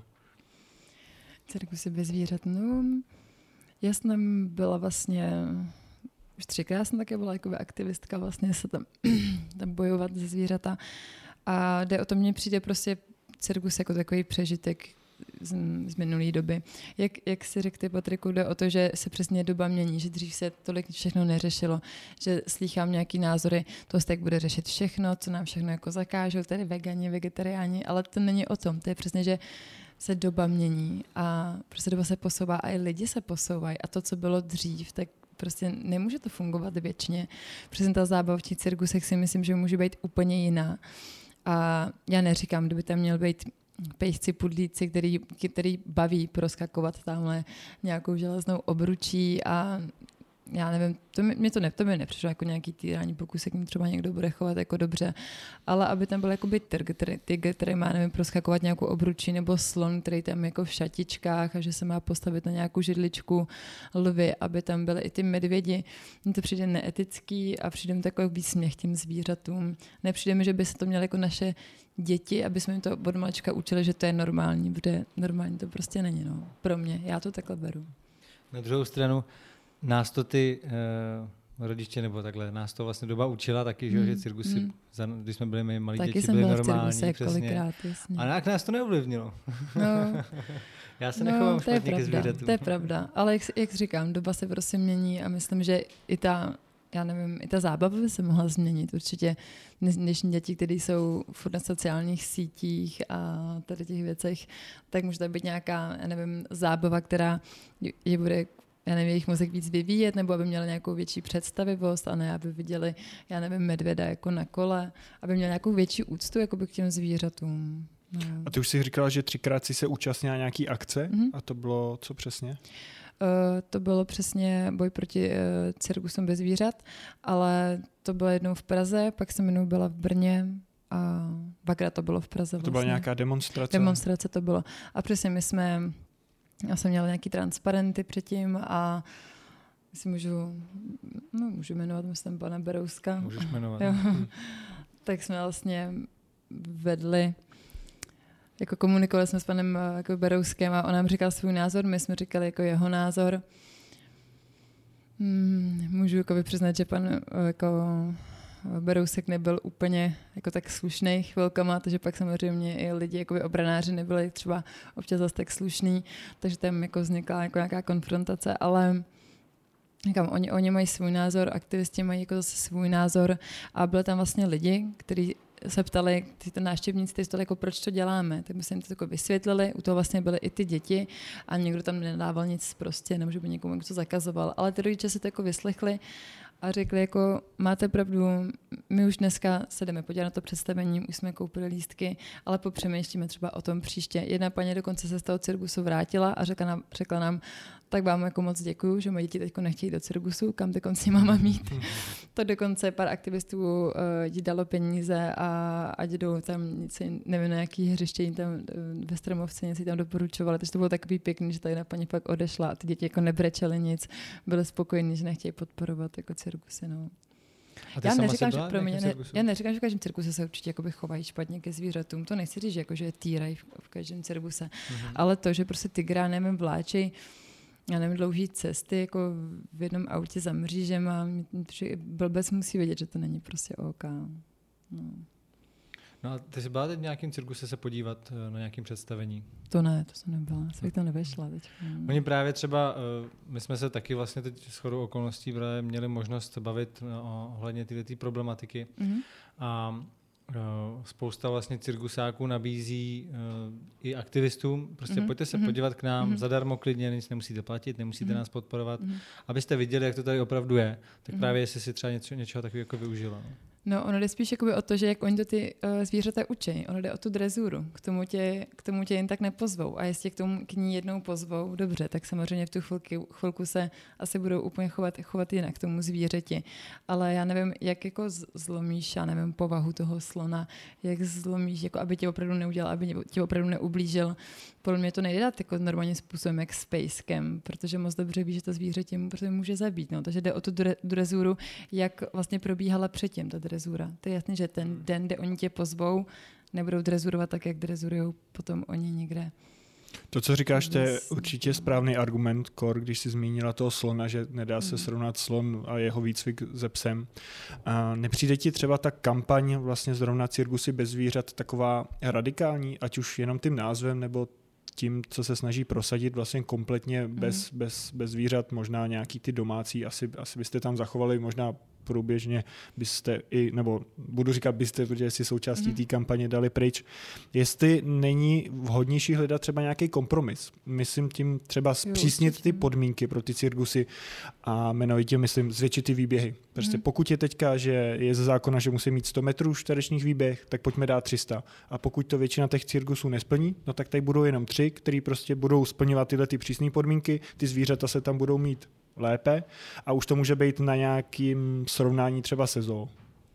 Cirkusy bez zvířat, no. Já jsem byla vlastně už 3krát jsem také byla jako aktivistka, vlastně se tam bojovat ze zvířata. A jde o to, mně přijde prostě cirkus jako takový přežitek z minulé doby. Jak si řekl ty, Patriku, jde o to, že se přesně doba mění, že dřív se tolik všechno neřešilo, že slýchám nějaký názory, to tak bude řešit všechno, co nám všechno jako zakážou, tady vegani, vegetariáni, ale to není o tom, to je přesně, že se doba mění a prostě doba se posouvá a i lidi se posouvají a to, co bylo dřív, tak prostě nemůže to fungovat věčně. Přesně ta zábava v těch cirkusech si myslím, že může být úplně jiná. A já neříkám, kdyby tam měl být pejsci, pudlíci, který baví proskakovat tamhle nějakou železnou obručí a já nevím, to mi nepřišlo jako nějaký týrání, pokud se k ním třeba někdo bude chovat jako dobře, ale aby tam byl jakoby tygr, který má, nevím, proskakovat nějakou obručí, nebo slon, který tam jako v šatičkách a že se má postavit na nějakou židličku, lvy, aby tam byly i ty medvědi. Mně to přijde neetický a přijde mi takový výsměch těm zvířatům. Nepřijde mi, že by se to měly jako naše děti, aby jsme jim to od malička učili, že to je normální, protože normální to prostě není, no. Pro mě, já to takhle beru. Na druhou stranu, nás to ty rodiče, nebo takhle, nás to vlastně doba učila taky, že cirkusy, když jsme byli my malí taky děti, byly normální. Taky jsem byla v cirkuse kolikrát, jasně. A nějak nás to neovlivnilo. No, Já se nechovám špatně ke zvířatům. To je pravda, ale jak říkám, doba se prostě mění a myslím, že i ta zábava by se mohla změnit. Určitě dnešní děti, které jsou furt na sociálních sítích a tady těch věcech, tak může to být nějaká, zábava, která je bude, jejich mozek víc vyvíjet, nebo aby měli nějakou větší představivost a ne, aby viděli, medvěda jako na kole, aby měli nějakou větší úctu jakoby k těm zvířatům. No. A ty už jsi říkala, že 3krát jsi se účastnila nějaký akce a to bylo co přesně? To bylo přesně boj proti cirkusům bez zvířat, ale to bylo jednou v Praze, pak jsem jednou byla v Brně a dvakrát to bylo v Praze. To byla nějaká demonstrace? Demonstrace to bylo. A přesně já jsem měla nějaký transparenty předtím a si můžu jmenovat, myslím, pana Berouska. Můžeš jmenovat. Tak jsme vlastně vedli, jako komunikovali jsme s panem jako Berouskem a on nám říkal svůj názor, my jsme říkali jako jeho názor. Můžu jako přiznat, že pan jako Berousek nebyl úplně jako tak slušný chvilkama, takže pak samozřejmě i lidi, jakoby obranáři nebyli třeba občas zase tak slušný, takže tam jako vznikla jako nějaká konfrontace, ale oni mají svůj názor, aktivisti mají jako zase svůj názor a byli tam vlastně lidi, kteří se ptali, ty návštěvníci, ty ptali, jako proč to děláme, tak my jsme jim to jako vysvětlili, u toho vlastně byly i ty děti a někdo tam nedával nic prostě, nemůže by někomu něco zakazoval, ale ty rodiče se to jako vyslechli a řekli jako, máte pravdu, my už dneska se jdeme podívat na to představení, už jsme koupili lístky, ale popřemýšlíme třeba o tom příště. Jedna paní dokonce se z toho cirkusu vrátila a řekla nám, tak vám jako moc děkuju, že moje děti teď nechtějí do cirkusu, kam ty konci mám mít. To dokonce pár aktivistů jí dalo peníze a ať jdou tam nic, nevím na jaký hřiště jim tam ve Stromovce něco tam doporučovali, takže to bylo takový pěkný, že ta jedna paní pak odešla a ty děti jako nebrečely nic, byly spokojení, že nechtějí podporovat jako cirkusy. No. Já neříkám, že v každém cirkuse se určitě chovají špatně ke zvířatům, to nechci říct, že, že týrají v každém cirkuse, ale to, že prostě tygra, nevím, vláčej, já nevím, dlouhý cesty, jako v jednom autě za mřížem a blbec musí vědět, že to není prostě OK. No a ty jsi byla teď v nějakém cirkuse se podívat na nějakém představení? To jsem nebyla, jsem to nevešla teď. Oni právě třeba, my jsme se taky vlastně teď shodou okolností měli možnost se bavit ohledně této problematiky a spousta vlastně cirkusáků nabízí i aktivistům, prostě pojďte se podívat k nám zadarmo, klidně, nic nemusíte platit, nemusíte nás podporovat, abyste viděli, jak to tady opravdu je, tak právě jestli si třeba něčeho takového jako využila. No, ono jde spíš o to, že jak oni to ty zvířata učí. Ono jde o tu drezuru. K tomu tě jen tak nepozvou. A jestli k ní jednou pozvou, dobře, tak samozřejmě v tu chvilku se asi budou úplně chovat jinak k tomu zvířeti. Ale já nevím, jak jako zlomíš, já nevím, povahu toho slona, jak zlomíš, jako aby tě opravdu neudělal, aby tě opravdu neublížil. Podle mě to nejde dát jako normálním způsobem, jak s pejskem, protože moc dobře ví, že to zvíře tím může zabít. No. Takže jde o tu drezuru, jak vlastně probíhala předtím ta drezura. To je jasný, že ten den, kde oni tě pozvou, nebudou drezurovat tak, jak drezurujou potom oni někde. To, co říkáš, to je určitě správný argument, když jsi zmínila toho slona, že nedá se srovnat slon a jeho výcvik se psem. A nepřijde ti třeba ta kampaň vlastně zrovna Cirkusy bez zvířat taková radikální, ať už jenom tím názvem, nebo tím, co se snaží prosadit vlastně kompletně bez zvířat, možná nějaký ty domácí, asi byste tam zachovali možná průběžně byste nebo budu říkat byste, protože si součástí té kampaně dali pryč. Jestli není vhodnější hledat třeba nějaký kompromis. Myslím tím třeba zpřísnit ty podmínky pro ty cirkusy a jmenovitě myslím zvětšit ty výběhy. Prostě pokud je teďka, že je ze zákona, že musí mít 100 metrů čtverečních výběh, tak pojďme dát 300. A pokud to většina těch cirkusů nesplní, no tak tady budou jenom 3, který prostě budou splňovat tyhle ty přísné podmínky, ty zvířata se tam budou mít lépe a už to může být na nějakým srovnání třeba se zoo.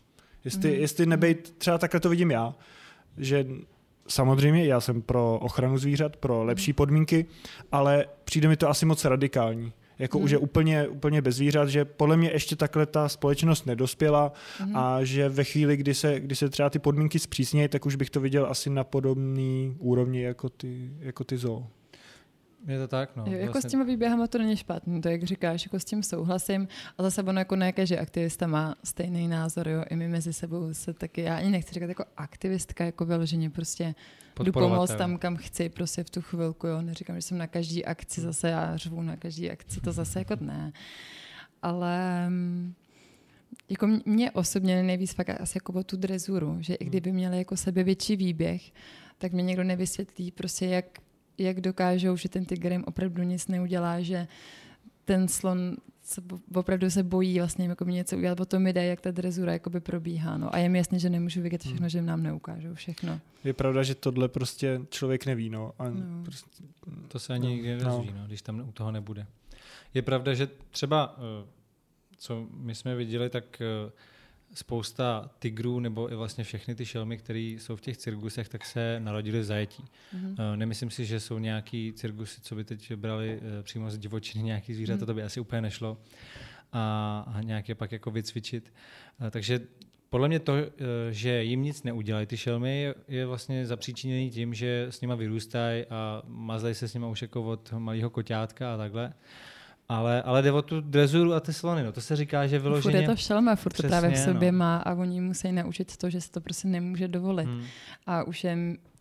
Jestli nebejt, třeba takhle to vidím já, že samozřejmě já jsem pro ochranu zvířat, pro lepší podmínky, ale přijde mi to asi moc radikální. Jako už je úplně bez zvířat, že podle mě ještě takhle ta společnost nedospěla a že ve chvíli, kdy se třeba ty podmínky zpřísnějí, tak už bych to viděl asi na podobný úrovni jako ty zoo. Je to tak, no. Jo, jako vlastně s těma výběhama to není špatný, to jak říkáš, jako s tím souhlasím a zase ono jako ne každý aktivista má stejný názor, jo, i my mezi sebou se taky, já ani nechci říkat jako aktivistka, jako vyloženě prostě jdu pomoct tam, kam chci, prostě v tu chvilku, jo, neříkám, že jsem na každý akci, zase já řvu na každý akci, to zase jako ne, ale jako mě osobně nejvíc fakt asi jako o tu drezuru, že i kdyby měli jako sebevětší výběh, tak mě někdo nevysvětlí prostě jak dokážou, že ten tygr jim opravdu nic neudělá, že ten slon opravdu se bojí vlastně jako něco udělat, o tom jde, jak ta drezura jakoby probíhá. No. A je mi jasné, že nemůžu vědět všechno, že nám neukážou všechno. Je pravda, že tohle prostě člověk neví. No. Prostě, to se ani nikdy nedozví, no, když tam u toho nebude. Je pravda, že třeba, co my jsme viděli, tak spousta tygrů nebo i vlastně všechny ty šelmy, které jsou v těch cirkusech, tak se narodily v zajetí. Nemyslím si, že jsou nějaký cirkusy, co by teď brali přímo z divočiny nějaký zvířata, to by asi úplně nešlo a nějak je pak jako vycvičit. Takže podle mě to, že jim nic neudělají ty šelmy, je vlastně zapříčiněný tím, že s nima vyrůstají a mazlejí se s nima už jako od malého koťátka a takhle. Ale jde o tu drezuru a ty slony, no to se říká, že vyloženě... Furt je to šelma, furt to právě v sobě má a oni musí naučit to, že se to prostě nemůže dovolit. A už je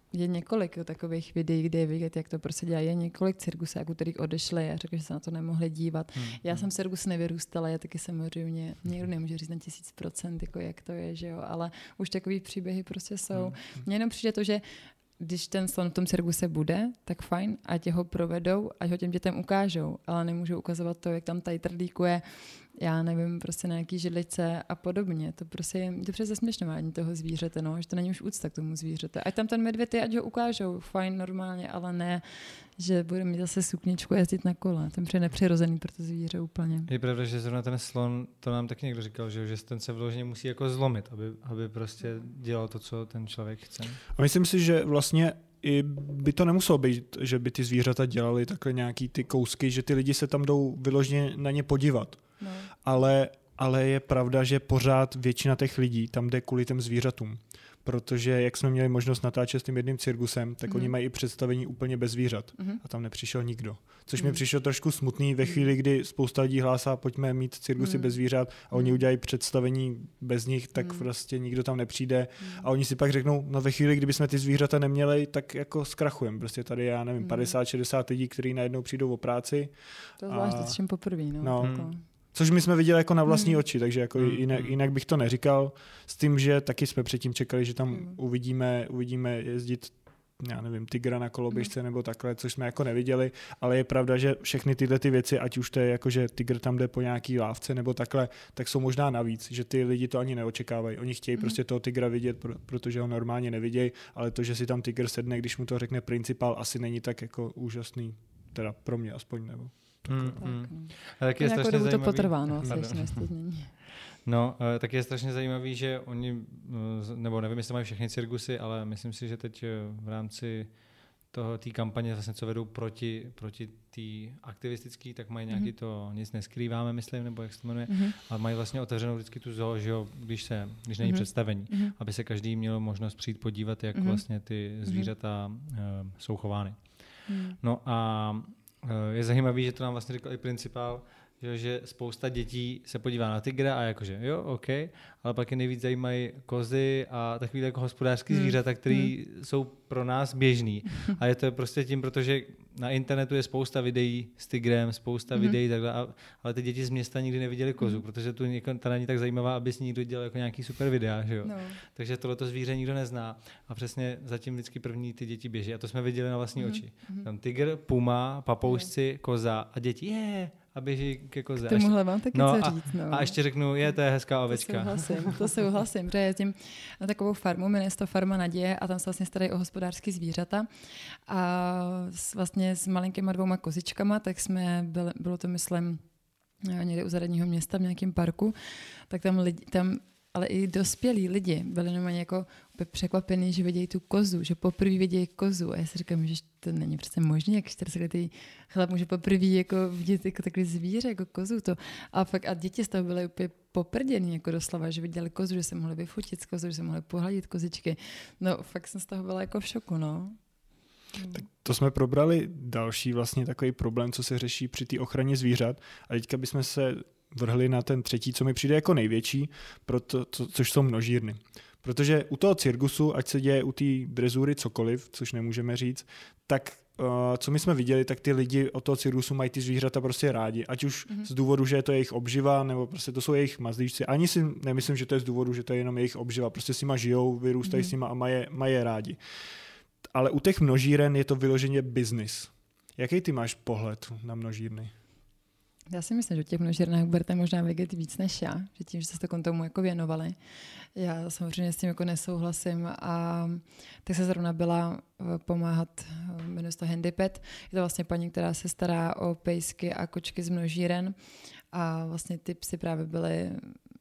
je několik takových videí, kde je vidět, jak to prostě dělá. Je několik cirkusáků, kterých odešli a řekli, že se na to nemohli dívat. Já jsem v cirkusu nevyrůstala, já taky samozřejmě někdo nemůže říct na 1000%, jako jak to je, že jo, ale už takový příběhy prostě jsou. Mně jenom přijde to, že když ten slon v tom cirkuse bude, tak fajn, ať ho provedou, ať ho těm dětem ukážou, ale nemůžou ukazovat to, jak tam tady trdlíkuje, já nevím, prostě na jaký židlice a podobně. To prostě je zesměšňování toho zvířete, no, že to není už úcta k tomu zvířete. Ať tam ten medvěd je, ať ho ukážou, fajn, normálně, ale ne, že bude mít zase sukničku a jezdit na kole. Ten je nepřirozený pro to zvíře úplně. Je pravda, že zrovna ten slon, to nám taky někdo říkal, že ten se vloženě musí jako zlomit, aby prostě dělal to, co ten člověk chce. A myslím si, že vlastně i by to nemuselo být, že by ty zvířata dělali takhle nějaký ty kousky, že ty lidi se tam jdou vyloženě na ně podívat. No. Ale je pravda, že pořád většina těch lidí tam jde kvůli těm zvířatům. Protože jak jsme měli možnost natáčet s tím jedným cirkusem, tak oni mají i představení úplně bez zvířat. A tam nepřišel nikdo. Což mi přišlo trošku smutný ve chvíli, kdy spousta lidí hlásá, pojďme mít cirkusy bez zvířat a oni udělají představení bez nich, tak prostě nikdo tam nepřijde. A oni si pak řeknou, no ve chvíli, kdyby jsme ty zvířata neměli, tak jako zkrachujeme. Prostě tady, já nevím, 50-60 lidí, kteří najednou přijdou o práci. To zvlášť s čím poprvé, no. Což my jsme viděli jako na vlastní oči, takže jako jinak bych to neříkal. S tím, že taky jsme předtím čekali, že tam uvidíme jezdit, já nevím, tygra na koloběžce nebo takhle, což jsme jako neviděli, ale je pravda, že všechny tyhle ty věci, ať už to je jako, že tygr tam jde po nějaký lávce nebo takhle, tak jsou možná navíc, že ty lidi to ani neočekávají. Oni chtějí prostě toho tygra vidět, protože ho normálně nevidějí, ale to, že si tam tygr sedne, když mu to řekne principál, asi není tak jako úžasný, teda pro mě aspoň nebo. Tak je strašně zajímavý. To potrvá, no, asi ještě nestydnění. No, tak je strašně zajímavý, že oni, nebo nevím, jestli mají všechny cirkusy, ale myslím si, že teď v rámci té kampaně, vlastně, co vedou proti té aktivistické, tak mají nějaký to, nic neskrýváme, myslím, nebo jak se to jmenuje, ale mají vlastně otevřenou vždycky tu zoo, že jo, když není představení, aby se každý měl možnost přijít podívat, jak vlastně ty zvířata jsou chovány. No a je zajímavý, že to nám vlastně říkal i principál, že spousta dětí se podívá na tygra a jakože jo, OK, ale pak je nejvíc zajímají kozy a takové jako hospodářské zvířata, které jsou pro nás běžný. A je to prostě tím, protože na internetu je spousta videí s tygrem, spousta videí takhle, ale ty děti z města nikdy neviděli kozu, protože ta není tak zajímavá, aby si někdo dělal jako nějaký super videa, že jo. No. Takže tohleto zvíře nikdo nezná a přesně zatím vždycky první ty děti běží a to jsme viděli na vlastní oči. Tam tygr, puma, papoušci, koza a děti a běží ke koze. K tomuhle mám taky co říct. A ještě řeknu, to je hezká ovečka. To souhlasím, protože je tím na takovou farmu, jmenuje se to Farma Naděje a tam se vlastně starají o hospodářský zvířata a vlastně s malinkýma 2 kozičkama, tak bylo to myslím někde u Zadního města v nějakém parku, tak tam ale i dospělí lidi byli normálně jako překvapení, že vidějí tu kozu, že poprvé vidějí kozu. A já si říkám, že to není přece možné, jak 40letý chlap může poprvé jako vidět jako takový zvíře, jako kozu. A děti z toho byly úplně poprděný, jako doslova, že viděli kozu, že se mohli vyfotit z kozu, že se mohli pohladit kozičky. No fakt jsem z toho byla jako v šoku, no. Tak to jsme probrali další vlastně takový problém, co se řeší při té ochraně zvířat. A teďka bychom se vrhli na ten třetí, co mi přijde jako největší, což jsou množírny. Protože u toho cirkusu, ať se děje u té drezury cokoliv, což nemůžeme říct, tak co my jsme viděli, tak ty lidi od toho cirkusu mají ty zvířata prostě rádi. Ať už z důvodu, že je to jejich obživa, nebo prostě to jsou jejich mazlíčci. Ani si nemyslím, že to je z důvodu, že to je jenom jejich obživa. Prostě s nima žijou, vyrůstají s nima a mají je rádi. Ale u těch množíren je to vyloženě biznis. Jaký ty máš pohled na množírny? Já si myslím, že těch množírnách budete možná vědět víc než já, že tím, že jste se tomu jako věnovali. Já samozřejmě s tím jako nesouhlasím a tak se zrovna byla pomáhat, jmenuje se to Handypet. Je to vlastně paní, která se stará o pejsky a kočky z množíren a vlastně ty psy právě byly,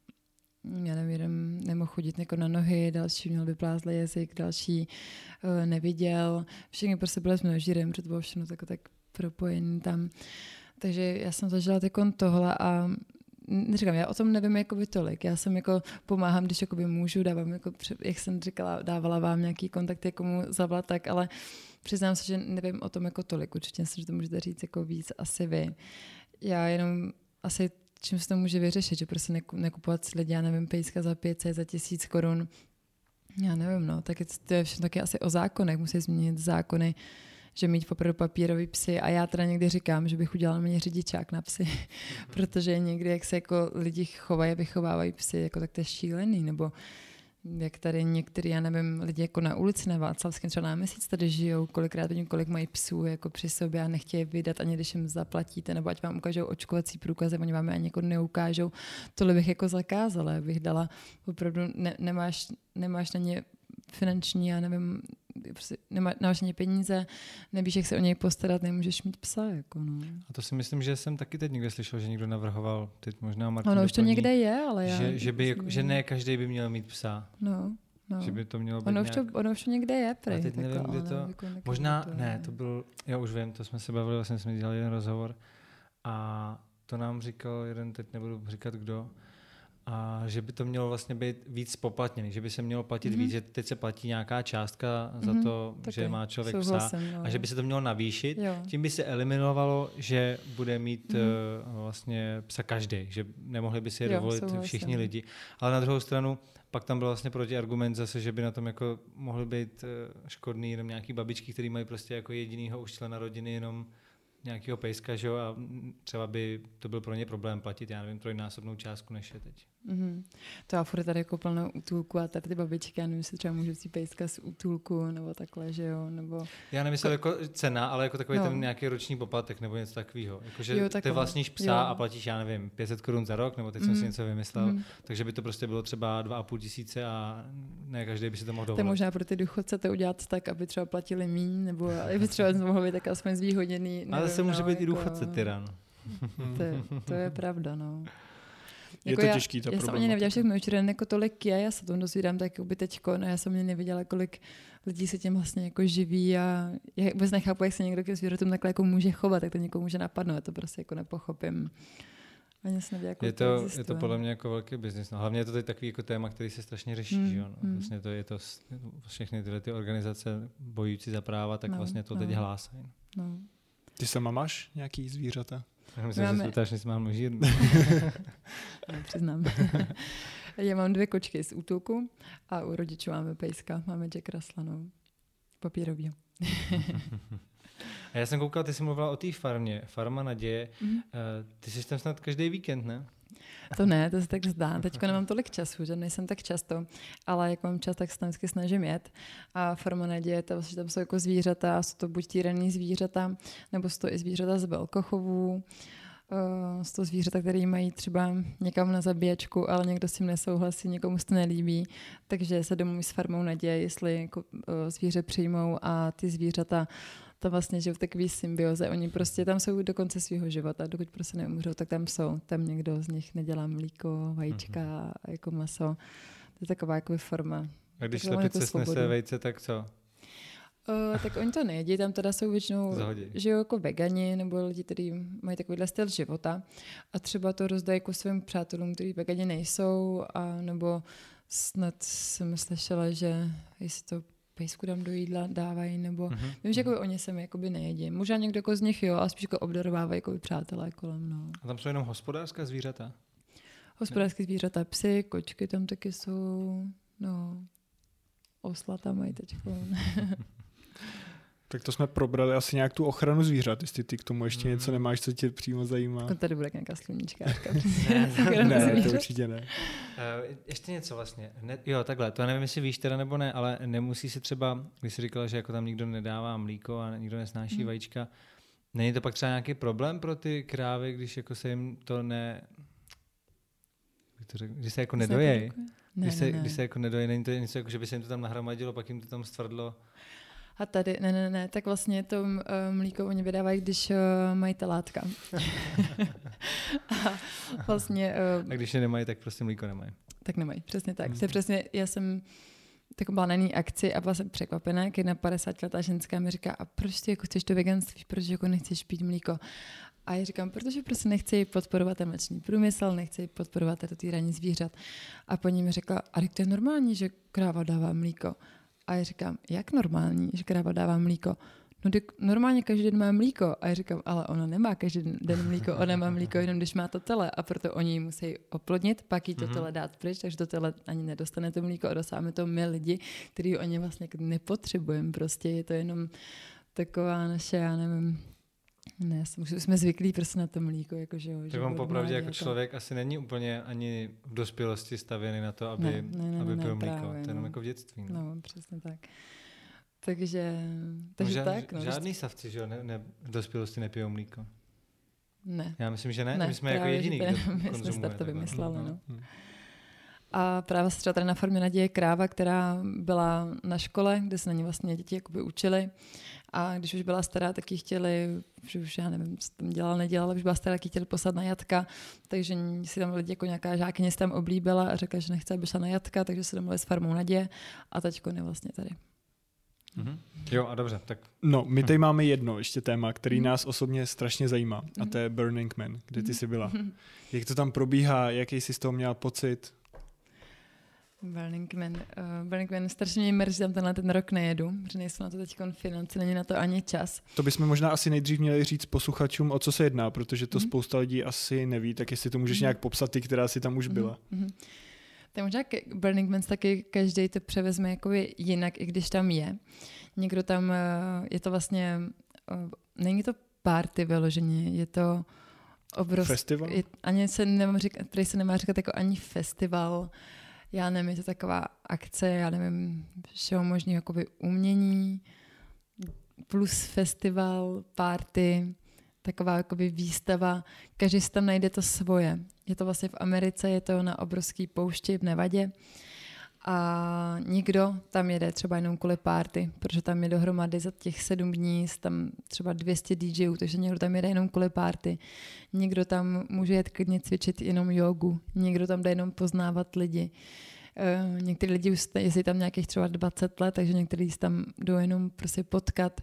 já nevím, jeden nemohl chodit jako na nohy, další měl vyplázlý jazyk, další neviděl. Všichni prostě byly z množíren, protože to bylo všechno tak propojené tam. Takže já jsem zažila tohle a neříkám, já o tom nevím jakoby tolik. Já jsem jako pomáhám, když jakoby můžu, dávám jako, jak jsem říkala, dávala vám nějaký kontakty, komu zavolat tak, ale přiznám se, že nevím o tom jako tolik. Určitě si, že to můžete říct jako víc asi vy. Já jenom asi čím se to může vyřešit, že prostě nekupovat si lidi, já nevím, pejska za 500, za 1000 korun, Já nevím, no, tak to je všechno taky asi o zákonech, musí změnit zákony, že mít opravdu papírový psy a já teda někdy říkám, že bych udělala mě řidičák na psy, protože někdy, jak se jako lidi chovají a vychovávají psy, jako tak to je šílený, nebo jak tady některý, já nevím, lidi jako na ulici na Václavském třeba na měsíc tady žijou, kolikrát vidím, kolik mají psů jako při sobě a nechtějí vydat, ani když jim zaplatíte, nebo ať vám ukážou očkovací průkazy, oni vám je ani jako neukážou. Tohle bych jako zakázala, bych dala, opravdu nemáš na ně finanční, já nevím, prostě nemáš na ně peníze, nevíš, jak se o něj postarat, nemůžeš mít psa. Jako no. A to si myslím, že jsem taky teď někde slyšel, že někdo navrhoval, teď možná Martin Ono už to někde je, ale já... Že ne každý by měl mít psa. No. Že by to mělo být ono už to někde je, prej. A teď nevím, kde to... Možná, to byl... Já už vím, to jsme se bavili, vlastně jsme dělali jeden rozhovor a to nám říkal jeden, teď nebudu říkat kdo, a že by to mělo vlastně být víc spoplatněný, že by se mělo platit víc, že teď se platí nějaká částka za to, že má člověk psa a že by se to mělo navýšit. Tím by se eliminovalo, že bude mít vlastně psa každý, že nemohli by si je dovolit všichni lidi. Ale na druhou stranu pak tam byl vlastně protiargument zase, že by na tom jako mohly být škodný jenom nějaký babičky, který mají prostě jako jedinýho už člena rodiny jenom nějakého pejska, že jo, a třeba by to byl pro ně problém platit, já nevím, 3násobnou částku, než je teď. To já furt tady jako plnou útulku a tady ty babičky, já nevím, jestli třeba můžu si pejska z útulku, nebo takhle, že jo, nebo... Já nemyslel jako cena, ale jako takový ten nějaký roční poplatek, nebo něco takového. Jako, že ty vlastníš psa a platíš, já nevím, 500 Kč za rok, nebo teď jsem si něco vymyslel, takže by to prostě bylo třeba 2 500 a ne každý by si to mohl dovolit. To možná pro ty důchodce to udělat tak, aby třeba platili míň, nebo aby třeba mohlo být tak aspoň zvýhodněný. Ale se může být i důchodce tyran. To je pravda, no. Je to těžký, ta já jsem ani neviděla všechno, jako tolik je, já se tomu dozvídám tak jakoby teďko, no já jsem ani neviděla, kolik lidí se tím vlastně jako živí a já vůbec nechápu, jak se někdo ke zvířatům takhle jako může chovat, tak to někomu může napadnout, já to prostě jako nepochopím. Ani se nevěděla, je to podle mě jako velký biznis. No, hlavně je to teď takový jako téma, který se strašně řeší. Že? No. Vlastně to je to všechny tyhle ty organizace bojující za práva, tak vlastně to teď hlásají. No. Ty sama máš nějaký zvířata? Já myslím, že se ptáš, jestli mám žírnu. Přiznám. Já mám 2 kočky z útulku a u rodičů máme pejska. Máme Jack Russellu, papírovýho. A já jsem koukal, ty jsi mluvila o té farmě, Farma naděje. Ty jsi tam snad každý víkend, ne? To ne, to se tak zdá. Teďko nemám tolik času, že nejsem tak často, ale jak mám čas, tak se tam vždycky snažím jet. A Farma naděje, to vlastně tam jsou jako zvířata, jsou to buď týraný zvířata, nebo jsou to i zvířata z velkochovů. Jsou to zvířata, které mají třeba někam na zabíjačku, ale někdo s tím nesouhlasí, někomu se to nelíbí, takže se domluví s Farmou naděje, jestli jako, zvíře přijmou a ty zvířata tam vlastně žijou v takový symbioze. Oni prostě tam jsou do konce svého života, dokud prostě neumřou, tak tam jsou. Tam někdo z nich nedělá mlíko, vajíčka, jako maso. To je taková jako forma. A když slepice snese vejce, tak co? Tak oni to nejedí, tam teda jsou většinou žijou jako vegani nebo lidi, kteří mají takovýhle styl života a třeba to rozdají jako svým přátelům, kteří vegani nejsou, a nebo snad jsem slyšela, že jestli to pejsku dám do jídla, dávají, nebo vím, že jako oni sami jakoby nejedí. Možná někdo jako z nich jo, a spíš jako obdarovávají jako přátelé kolem. No. A tam jsou jenom hospodářská zvířata? Hospodářské zvířata, psy, kočky tam taky jsou, no, osla tam mají teďko. Tak to jsme probrali asi nějak tu ochranu zvířat, jestli ty k tomu ještě něco nemáš, co tě přímo zajímá. Tak tady bude nějaká sluníčkářka. Ne, to určitě ne. Ještě něco vlastně. Jo, takhle, to nevím, jestli víš teda nebo ne, ale nemusí se třeba, když jsi říkala, že jako tam nikdo nedává mlíko a nikdo nesnáší vajíčka, není to pak třeba nějaký problém pro ty krávy, když jako se jim to když se jako nedojejí? Když se jako nedojí, není to něco jako, že by se jim to tam nahromadilo, pak jim to tam stvrdlo? A tady, ne, tak vlastně to mlíko oni vydávají, když mají telátka. A vlastně... A když je nemají, tak prostě mlíko nemají. Tak nemají, přesně tak. To je přesně, já jsem tak byla na jiný akci a byla jsem překvapená, když jedna 50letá ženská mi říká, a proč ty jako chceš to veganství, proč jako nechceš pít mlíko? A já říkám, protože prostě nechci podporovat ten mléčný průmysl, nechci podporovat to týrání zvířat. A paní mi řekla, a to je normální, že kráva dává mlíko. A já říkám, jak normální, že kráva dává mlíko? no normálně každý den má mlíko. A já říkám, ale ona nemá každý den mlíko, ona má mlíko jenom když má to tele a proto oni ji musí oplodnit, pak jí to tele dát pryč, takže to tele ani nedostane to mlíko a dostáváme to my lidi, který oni vlastně nepotřebujeme. Prostě je to jenom taková naše, já nevím, ne, jsme zvyklí prostě na to mlíko. Jakože, tak on popravdě jako člověk asi není úplně ani v dospělosti stavěný na to, aby pil mlíko. To je jenom jako v dětství. No, přesně tak. Takže tak. No, žádný savci, že jo, v dospělosti nepijou mlíko. Ne. Já myslím, že ne. My jsme jako jediný, kdo konzumuje. My jsme to vymysleli, no. A právě se třeba tady na farmě Naděje kráva, která byla na škole, kde se na ní vlastně děti jakoby učili. A když už byla stará, tak ji chtěli, že už já nevím, co tam nedělala, už byla stará, tak ji chtěli poslat na jatka, takže si tam lidi jako nějaká žákyně se tam oblíbila a řekla, že nechce, aby šla na jatka, takže se domluvili s farmou Naděje a teďko je vlastně tady. Mm-hmm. Jo, a dobře, tak. No, my tady máme jedno ještě téma, který nás osobně strašně zajímá, a to je Burning Man, kde ty jsi byla. Jak to tam probíhá, jaký jsi z toho měla pocit? Burning Man strašně mě mrzí, tam ten rok nejedu, protože nejsou na to teď finance, není na to ani čas. To bychom možná asi nejdřív měli říct posluchačům, o co se jedná, protože to spousta lidí asi neví, tak jestli to můžeš nějak popsat, ty, která si tam už byla. Tak možná Burning Man taky každý to převezme jakoby jinak, i když tam je. Někdo tam, je to vlastně, není to party vyloženě, je to obrovský. Festival? Ani se nemá říkat jako ani festival. Já nevím, je to taková akce, já nevím, všeho možného jakoby umění, plus festival, party, taková jakoby výstava. Každý si tam najde to svoje. Je to vlastně v Americe, je to na obrovský poušti v Nevadě. A nikdo tam jede třeba jenom kvůli party, protože tam je dohromady za těch 7 dní tam třeba 200 DJů, takže někdo tam jede jenom kvůli party. Někdo tam může jet klidně cvičit jenom jogu, někdo tam jde jenom poznávat lidi. Někteří lidi už jezdí tam nějakých třeba 20 let, takže někteří tam jdou jenom prostě potkat.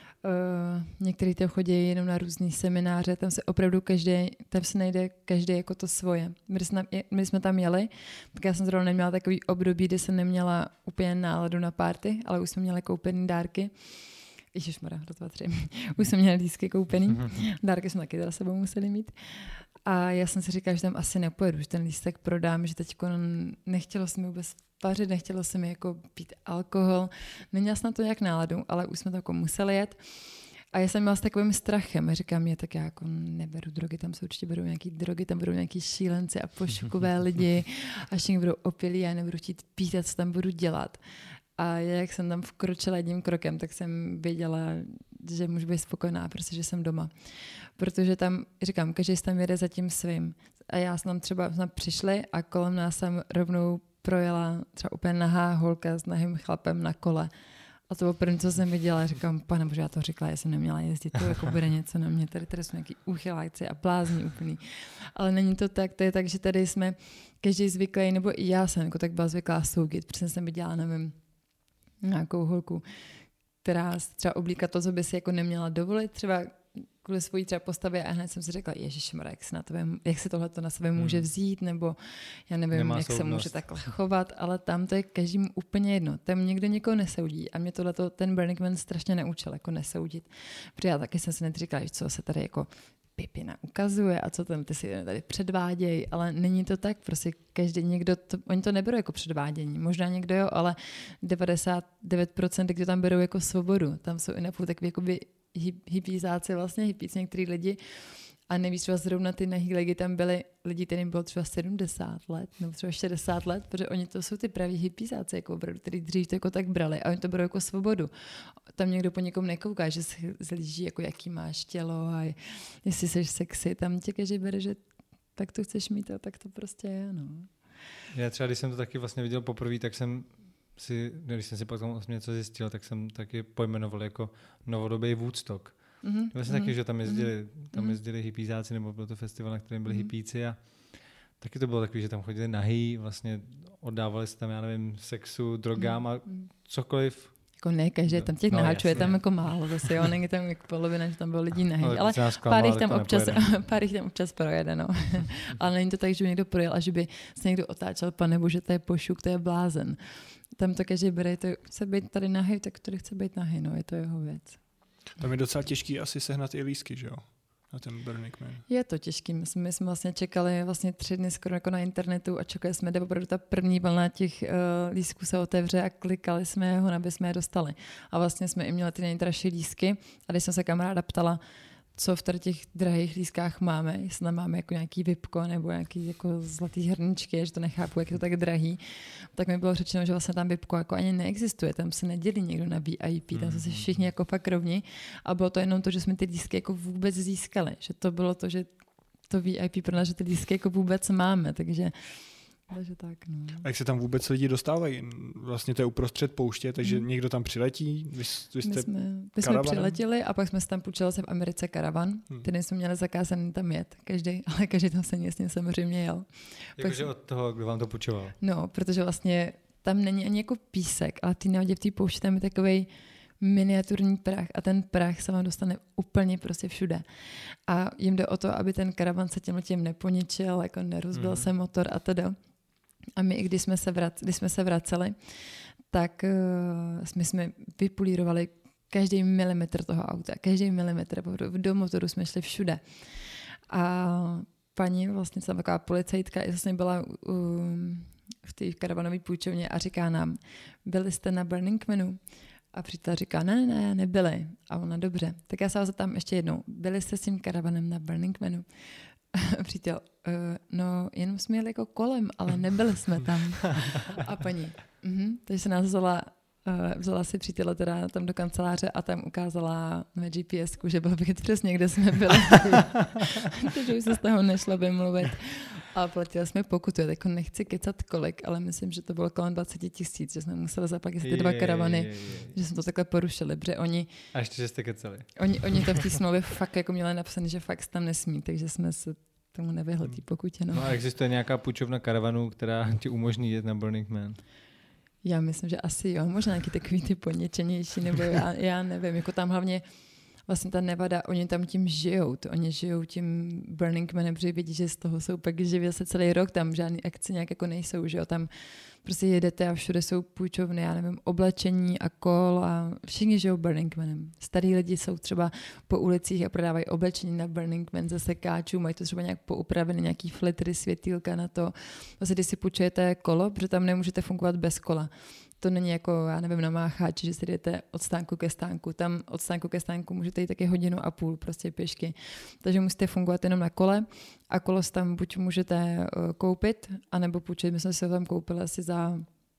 Někteří tam chodí jenom na různý semináře, tam se opravdu tam se najde každý jako to svoje. My jsme tam jeli, tak já jsem zrovna neměla takový období, kdy jsem neměla úplně náladu na party, ale už jsme měli koupený dárky. Ježišmarja, už jsme měli lístky koupený. Dárky jsme taky teda sebou museli mít. A já jsem si říkala, že tam asi nepojedu, že ten lístek prodám, že teď nechtělo se mi vůbec vařit, nechtělo se mi jako pít alkohol. Neměla jsem na to nějak náladu, ale už jsme to jako museli jet. A já jsem měla s takovým strachem. A říkám, tak já jako neberu drogy, tam se určitě berou nějaký drogy, tam budou nějaký šílenci a pošukové lidi, až někdo budou opilí, já nebudu chtít pít, co tam budu dělat. A jak jsem tam vkročila jedním krokem, tak jsem věděla, že můžu být spokojená, protože jsem doma. Protože tam, říkám, každý tam jede za tím svým. A já jsem tam třeba přišli a kolem nás tam rovnou projela třeba úplně nahá holka s nahým chlapem na kole. A to bylo první, co jsem viděla. Říkám, pane bože, já to říkala, já jsem neměla jezdit, to jako bude něco na mě. Tady jsou nějaký úchyláci a blázni úplný. Ale není to tak, to je tak, že tady jsme každý zvyklý, nebo i já jsem jako tak byla zvyklá soudit, protože jsem viděla, nevím, nějakou holku, která třeba oblíkla to, co by si jako neměla dovolit, třeba kvůli svojí třeba postavě a hned jsem si řekla, ježišmarja, jak se tohle na sebe může vzít, nebo já nevím, jak soudnost se může takhle chovat, ale tam to je každému úplně jedno. Tam někdo někoho nesoudí a mě tohleto ten Burning Man strašně neučil, jako nesoudit. Protože já taky jsem si neříkala, co se tady jako pipina ukazuje a co tam ty si tady předvádějí, ale není to tak, prostě každý někdo, oni to neberou jako předvádění, možná někdo jo, ale 99% kdo tam berou jako svobodu, tam jsou i napůl takový jakoby hippízáci, vlastně hippíci některý lidi a nevíš, třeba zrovna ty nahý lidi tam byli lidi, kterým bylo třeba 70 let nebo třeba 60 let, protože oni to jsou ty praví hippízáci, jako opravdu, který dřív to jako tak brali a oni to berou jako svobodu. Tam někdo po někom nekouká, že se zlíží, jako jaký máš tělo a jestli jsi sexy, tam tě každý bere, že tak to chceš mít a tak to prostě je, no. Já třeba, když jsem to taky vlastně viděl poprvé, tak jsem když jsem si pak tam něco zjistil, tak jsem taky pojmenoval jako novodobý Woodstock. Vlastně taky, že tam jezdili hippízáci, nebo byl to festival, na kterém byli hippíci a taky to bylo takový, že tam chodili nahý, vlastně oddávali se tam, já nevím, sexu, drogám a cokoliv. Jako ne, každý tam těch naháčů je tam jako málo zase, jo, není tam jako polovina, že tam bylo lidí nahý, ale pár jich tam občas projede, no. Ale není to tak, že by někdo projel a že by se někdo otáčel, pane bože, to je pošuk, to je blázen. Tam to každý bere, to chce být tady nahý, tak tady chce být nahý, no, je to jeho věc. Tam je docela těžký asi sehnat i lístky, že jo? Na ten Burning Man. Je to těžký. My jsme vlastně čekali vlastně 3 dny skoro jako na internetu a čekali jsme, kde opravdu ta první vlna těch lístků se otevře a klikali jsme ho, aby jsme je dostali. A vlastně jsme i měli ty nejdražší lístky a když jsem se kamaráda ptala, co v těch drahých lístkách máme, jestli tam máme jako nějaký vipko nebo nějaký jako zlatý hrničky, že to nechápu, jak je to tak drahý, tak mi bylo řečeno, že vlastně tam vipko jako ani neexistuje, tam se nedělí někdo na VIP, tam jsou se všichni jako fakt rovni a bylo to jenom to, že jsme ty lístky jako vůbec získali, že to bylo to, že to VIP pro nás, že ty lístky jako vůbec máme, takže tak, no. A jak se tam vůbec lidi dostávají? Vlastně to je uprostřed pouště, takže někdo tam přiletí? Vy jsme přiletěli a pak jsme se tam půjčili se v Americe karavan, který jsme měli zakázaný tam jet, ale každý tam se s ním samozřejmě jel. Jakože od toho, kdo vám to půjčoval? No, protože vlastně tam není ani jako písek, ale ty nahodě v té poušti tam je takovej miniaturní prach a ten prach se vám dostane úplně prostě všude. A jim jde o to, aby ten karavan se tím neponičil, jako nerozbil se motor a teda. A my, když jsme se vraceli, tak my jsme vypolírovali každý milimetr toho auta, každý milimetr, do motoru jsme šli všude. A paní, vlastně taková policajtka, vlastně byla v té karavanové půjčovně a říká nám, byli jste na Burning Manu? A přítel říká, ne, nebyli. A ona, dobře. Tak já se vás zeptám ještě jednou, byli jste s tím karavanem na Burning Manu? Přítel, no jenom jsme jeli jako kolem, ale nebyli jsme tam. A paní, takže se nás vzala si přítele teda tam do kanceláře a tam ukázala na GPSku, že byl vidět přesně, kde jsme byli. Takže už se z toho nešlo vymluvit. A platili jsme pokutu, já jako nechci kecat kolik, ale myslím, že to bylo kolem 20 000, že jsme museli zaplatit ty 2 karavany, že jsme to takhle porušili, protože oni... A ještě, že jste kecali. Oni to v té smlouvě fakt jako měli napsané, že fakt tam nesmí, takže jsme se tomu nevyhli té pokutě. No. No a existuje nějaká půjčovna karavanu, která ti umožní jet na Burning Man? Já myslím, že asi jo, možná nějaký takový ty poněčenější, nebo já nevím, jako tam hlavně vlastně ta Nevada, oni tam tím žijou, oni žijou tím Burning Manem, protože vidí, že z toho jsou pak živě se celý rok, tam žádný akce nějak jako nejsou, že jo, tam prostě jedete a všude jsou půjčovny, já nevím, oblečení a kol a všichni žijou Burning Manem. Starý lidi jsou třeba po ulicích a prodávají oblečení na Burning Man ze sekáčů, mají to třeba nějak poupravené, nějaký flitry, světýlka na to. Vlastně když si půjčujete kolo, protože tam nemůžete fungovat bez kola. To není jako, já nevím, na mácháči, že si jdete od stánku ke stánku. Tam od stánku ke stánku můžete jít taky 1,5 hodiny prostě pěšky. Takže musíte fungovat jenom na kole a kolo si tam buď můžete koupit, anebo půjčit. My jsme si ho tam koupili asi za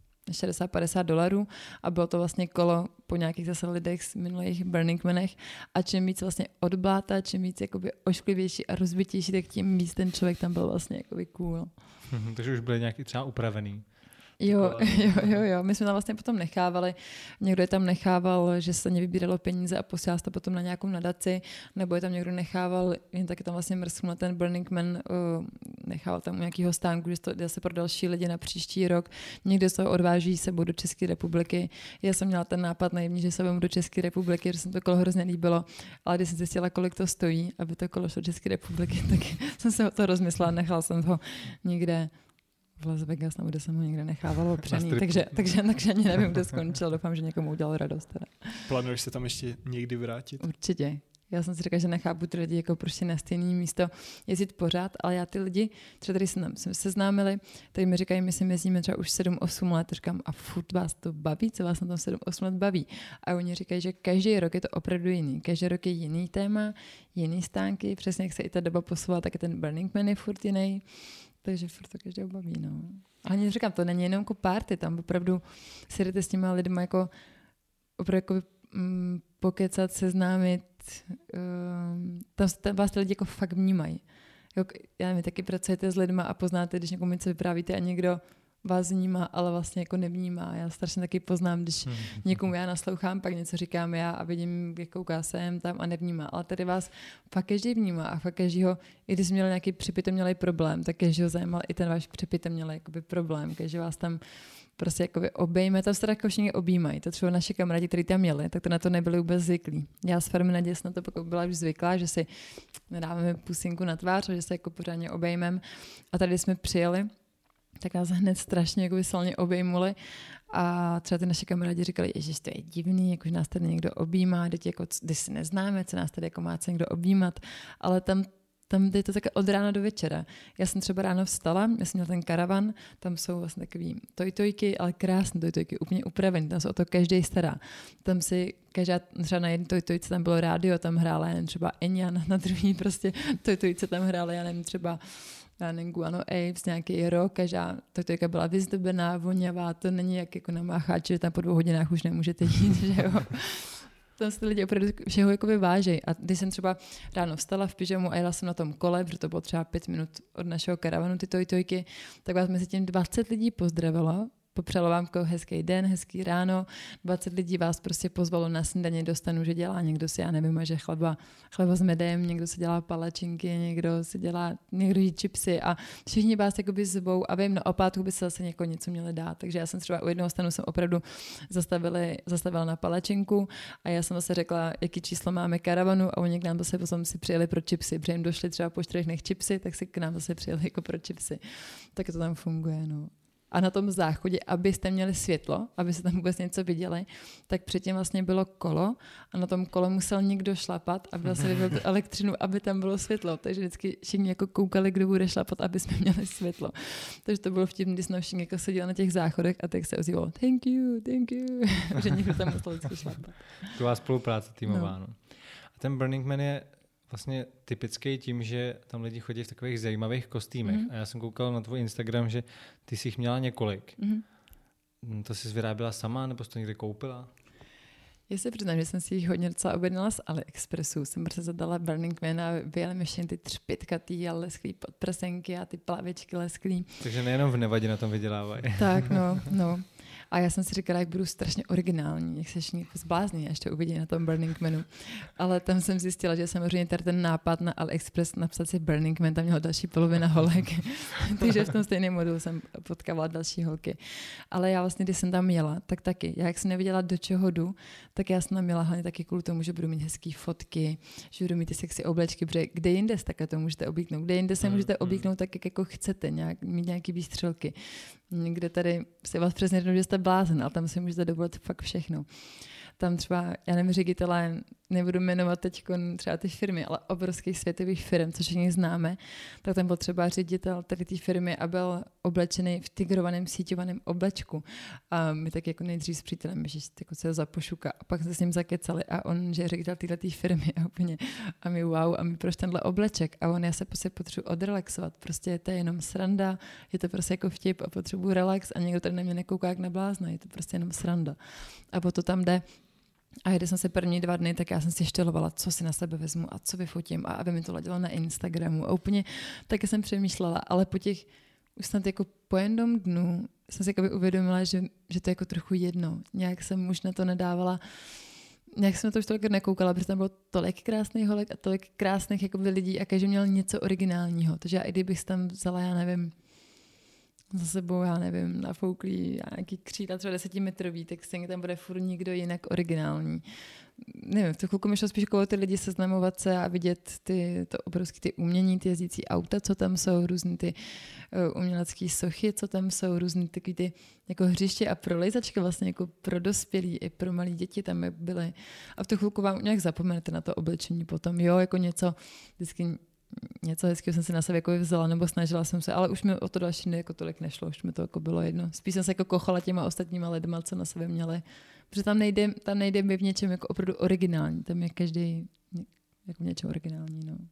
$60-50 a bylo to vlastně kolo po nějakých zase lidech z minulých Burning Manech a čím víc vlastně od bláta, čím víc jakoby ošklivější a rozbitější, tak tím víc ten člověk tam byl vlastně jakoby cool. Takže už byly nějaký třeba upravený. Jo. My jsme tam vlastně potom nechávali, někdo je tam nechával, že se nevybíralo peníze a posílal to potom na nějakou nadaci, nebo je tam někdo nechával, jen taky tam vlastně mrsknul na ten Burning Man, nechával tam nějakýho stánku, že to jde se pro další lidi na příští rok. Někdo se odváží sebou do České republiky. Já jsem měla ten nápad naivní, že se vemu do České republiky, že se mi to kolo hrozně líbilo, ale když jsem zjistila, kolik to stojí, aby to kolo šlo do České republiky, tak jsem se o to rozmyslela, nechala jsem ho někde v Las Vegas, nebo kde jsem ho někde nechával opřený, takže ani nevím, kde skončil. Doufám, že někomu udělal radost. Teda. Plánuješ se tam ještě někdy vrátit? Určitě. Já jsem si říkala, že nechápu ty lidi jako prostě na stejné místo jezdit pořád, ale já ty lidi, třeba tady jsme seznámili, tady mi říkají, my si jezdíme třeba už 7-8 let, říkám, a furt vás to baví, co vás na tom 7-8 let baví. A oni říkají, že každý rok je to opravdu jiný. Každý rok je jiný téma, jiný stánky, přesně jak se i ta doba posouvala, tak je ten Burning Man je furt jiný. Takže furt to každého baví, no. A ani říkám, to není jenom jako party, tam opravdu si jdete s těma lidma jako opravdu jako pokecat, seznámit, tam vás ty lidi jako fakt vnímají. Já nevím, taky pracujete s lidma a poznáte, když někomu něco vyprávíte a někdo vás vnímá, ale vlastně jako nevnímá. Já strašně taky poznám, když někomu já naslouchám, pak něco říkám já a vidím, jak kouká sem tam a nevnímá. Ale tady vás fakt každý vnímá a fakt každýho, i když měl nějaký připyt, měli problém, tak každýho zajímal i ten váš připyt měl jakoby problém, každý vás tam prostě jakoby obejme, tam se teda jako všichni objímají. To třeba naši kamarádi, kteří tam měli, tak to na to nebyli vůbec zvyklí. Já s Fermi naději na to pokud byla už zvyklá, že si nadáváme pusinku na tvář, že se jako pořádně obejmem. A tady jsme přijeli, tak nás hned strašně jako silně obejmuli a třeba ty naše kamarádi říkali, že to je divný, jako, že nás tady někdo objímá, když si neznáme, co nás tady jako má někdo objímat, ale tam je to také od rána do večera. Já jsem třeba ráno vstala, já jsem měla ten karavan, tam jsou vlastně takový tojtojky, ale krásné tojtojky, úplně upravený, tam se o to každý stará. Tam si každá, třeba na jedné tojtojce tam bylo rádio, tam hrála, já nevím, třeba Enya, na druhý prostě tojtojce tam hrála, já nevím, třeba Guano Apes, nějaký rock, každá tojtojka byla vyzdobená, voňavá, to není jak jako na mácháči, že tam po 2 hodinách už nemůžete jít, že jo. Tam se ty lidi opravdu všeho jako vyvážejí. A když jsem třeba ráno vstala v pyžamu a jela jsem na tom kole, protože to bylo třeba 5 minut od našeho karavanu, ty tojtojky, tak vás mezi tím 20 lidí pozdravilo, popřálo vám hezký den, hezký ráno, 20 lidí vás prostě pozvalo na snídaně do stanu, že dělá někdo si, já nevím, že chleba s medem, někdo si dělá palačinky, někdo jí chipsy a všichni vás jakoby zvou a vím, na opátku by se zase něco měli dát. Takže já jsem třeba u jednoho stanu jsem opravdu zastavila na palačinku a já jsem zase řekla, jaký číslo máme karavanu a oni k nám zase potom si přijeli pro chipsy, protože jim došli třeba po 4 dnech chipsy, tak si k nám zase přijeli jako pro chipsy. Tak to tam funguje, no. A na tom záchodě, abyste měli světlo, abyste tam vůbec něco viděli, tak předtím vlastně bylo kolo a na tom kole musel někdo šlapat, aby vlastně vybil tu elektřinu, aby tam bylo světlo. Takže vždycky všichni jako koukali, kdo bude šlapat, aby jsme měli světlo. Takže to bylo vtipné, když jsme všichni jako seděli na těch záchodech a tak se ozývalo thank you, že někdo tam musel vždycky šlapat. Taková spolupráce týmová. No. A ten Burning Man je vlastně typický tím, že tam lidi chodí v takových zajímavých kostýmech. A já jsem koukal na tvůj Instagram, že ty jsi jich měla několik. To jsi vyráběla sama, nebo jsi to někde koupila? Já se přiznám, že jsem si jich hodně docela objednala z AliExpressu. Jsem prostě zadala Burning Man a vyjeli mi všechny ty třpitkatý a lesklý podprsenky a ty plavičky lesklý. Takže nejenom v Nevadě na tom vydělávají. Tak, no. A já jsem si říkala, jak budu strašně originální, jak se všichni zblázní, až to uvidí na tom Burning Manu. Ale tam jsem zjistila, že samozřejmě tady ten nápad na AliExpress napsat si Burning Man, tam měla další polovina holek. Takže v tom stejném modulu jsem potkávala další holky. Ale já vlastně, když jsem tam jela, tak taky. Já jak jsem nevěděla, do čeho jdu, tak já jsem tam jela hlavně taky kvůli tomu, že budu mít hezký fotky, že budu mít ty sexy oblečky, protože kde jinde také to můžete oblíknout. Kde jinde se můžete oblíknout tak, jak jako chcete, mít nějaký výstřelky. Někde tady si vás přesně řeknu, že jste blázen, ale tam si můžete dovolit fakt všechno. Tam třeba, já nevím, ředitele, nebudu jmenovat teď třeba ty firmy, ale obrovských světových firm, co všichni známe, tak tam byl třeba ředitel tady té firmy a byl oblečený v tigrovaném síťovaném oblečku. A my tak jako nejdřív s přítelem, že jako se zapošuka a pak se s ním zakecali a on, že je ředitel této firmy a úplně a my wow, a my proč tenhle obleček? A on, já se prostě potřebuji odrelaxovat, prostě to je jenom sranda, je to prostě jako vtip a potřebuji relax a někdo tady na mě nekouká jak na blázna, je to prostě jenom sranda. A potom tam jde. A když jsem se první 2 dny, tak já jsem si štelovala, co si na sebe vezmu a co vyfotím a aby mi to ladilo na Instagramu. A úplně taky jsem přemýšlela, ale po těch už snad jako po jednom dnu jsem si jakoby uvědomila, že to je jako trochu jedno. Nějak jsem už na to nedávala, nějak jsem na to už tolik nekoukala, protože tam bylo tolik krásných holek a tolik krásných jakoby lidí a každý měl něco originálního. Takže já i kdybych tam vzala, já nevím, za sebou, já nevím, nafouklý nějaký křídla třeba 10metrový, tak stejně tam bude furt někdo jinak originální. Nevím, v tu chvilku mi šlo spíš okolo ty lidi seznamovat se a vidět to obrovské ty umění, ty jezdící auta, co tam jsou, různý ty umělecké sochy, co tam jsou, různý takový ty jako hřiště a prolejzačky vlastně jako pro dospělí i pro malé děti tam byly. A v tu chvilku vám nějak zapomenete na to oblečení potom, jo, jako něco, vždycky něco hezkého jsem si na sebe jako vzala, nebo snažila jsem se, ale už mi o to další jako tolik nešlo, už mi to jako bylo jedno. Spíš jsem se jako kochala těma ostatníma lidma, co na sebe měli. Protože tam nejde v něčem jako opravdu originální, tam je každý jako v něčem originální, no.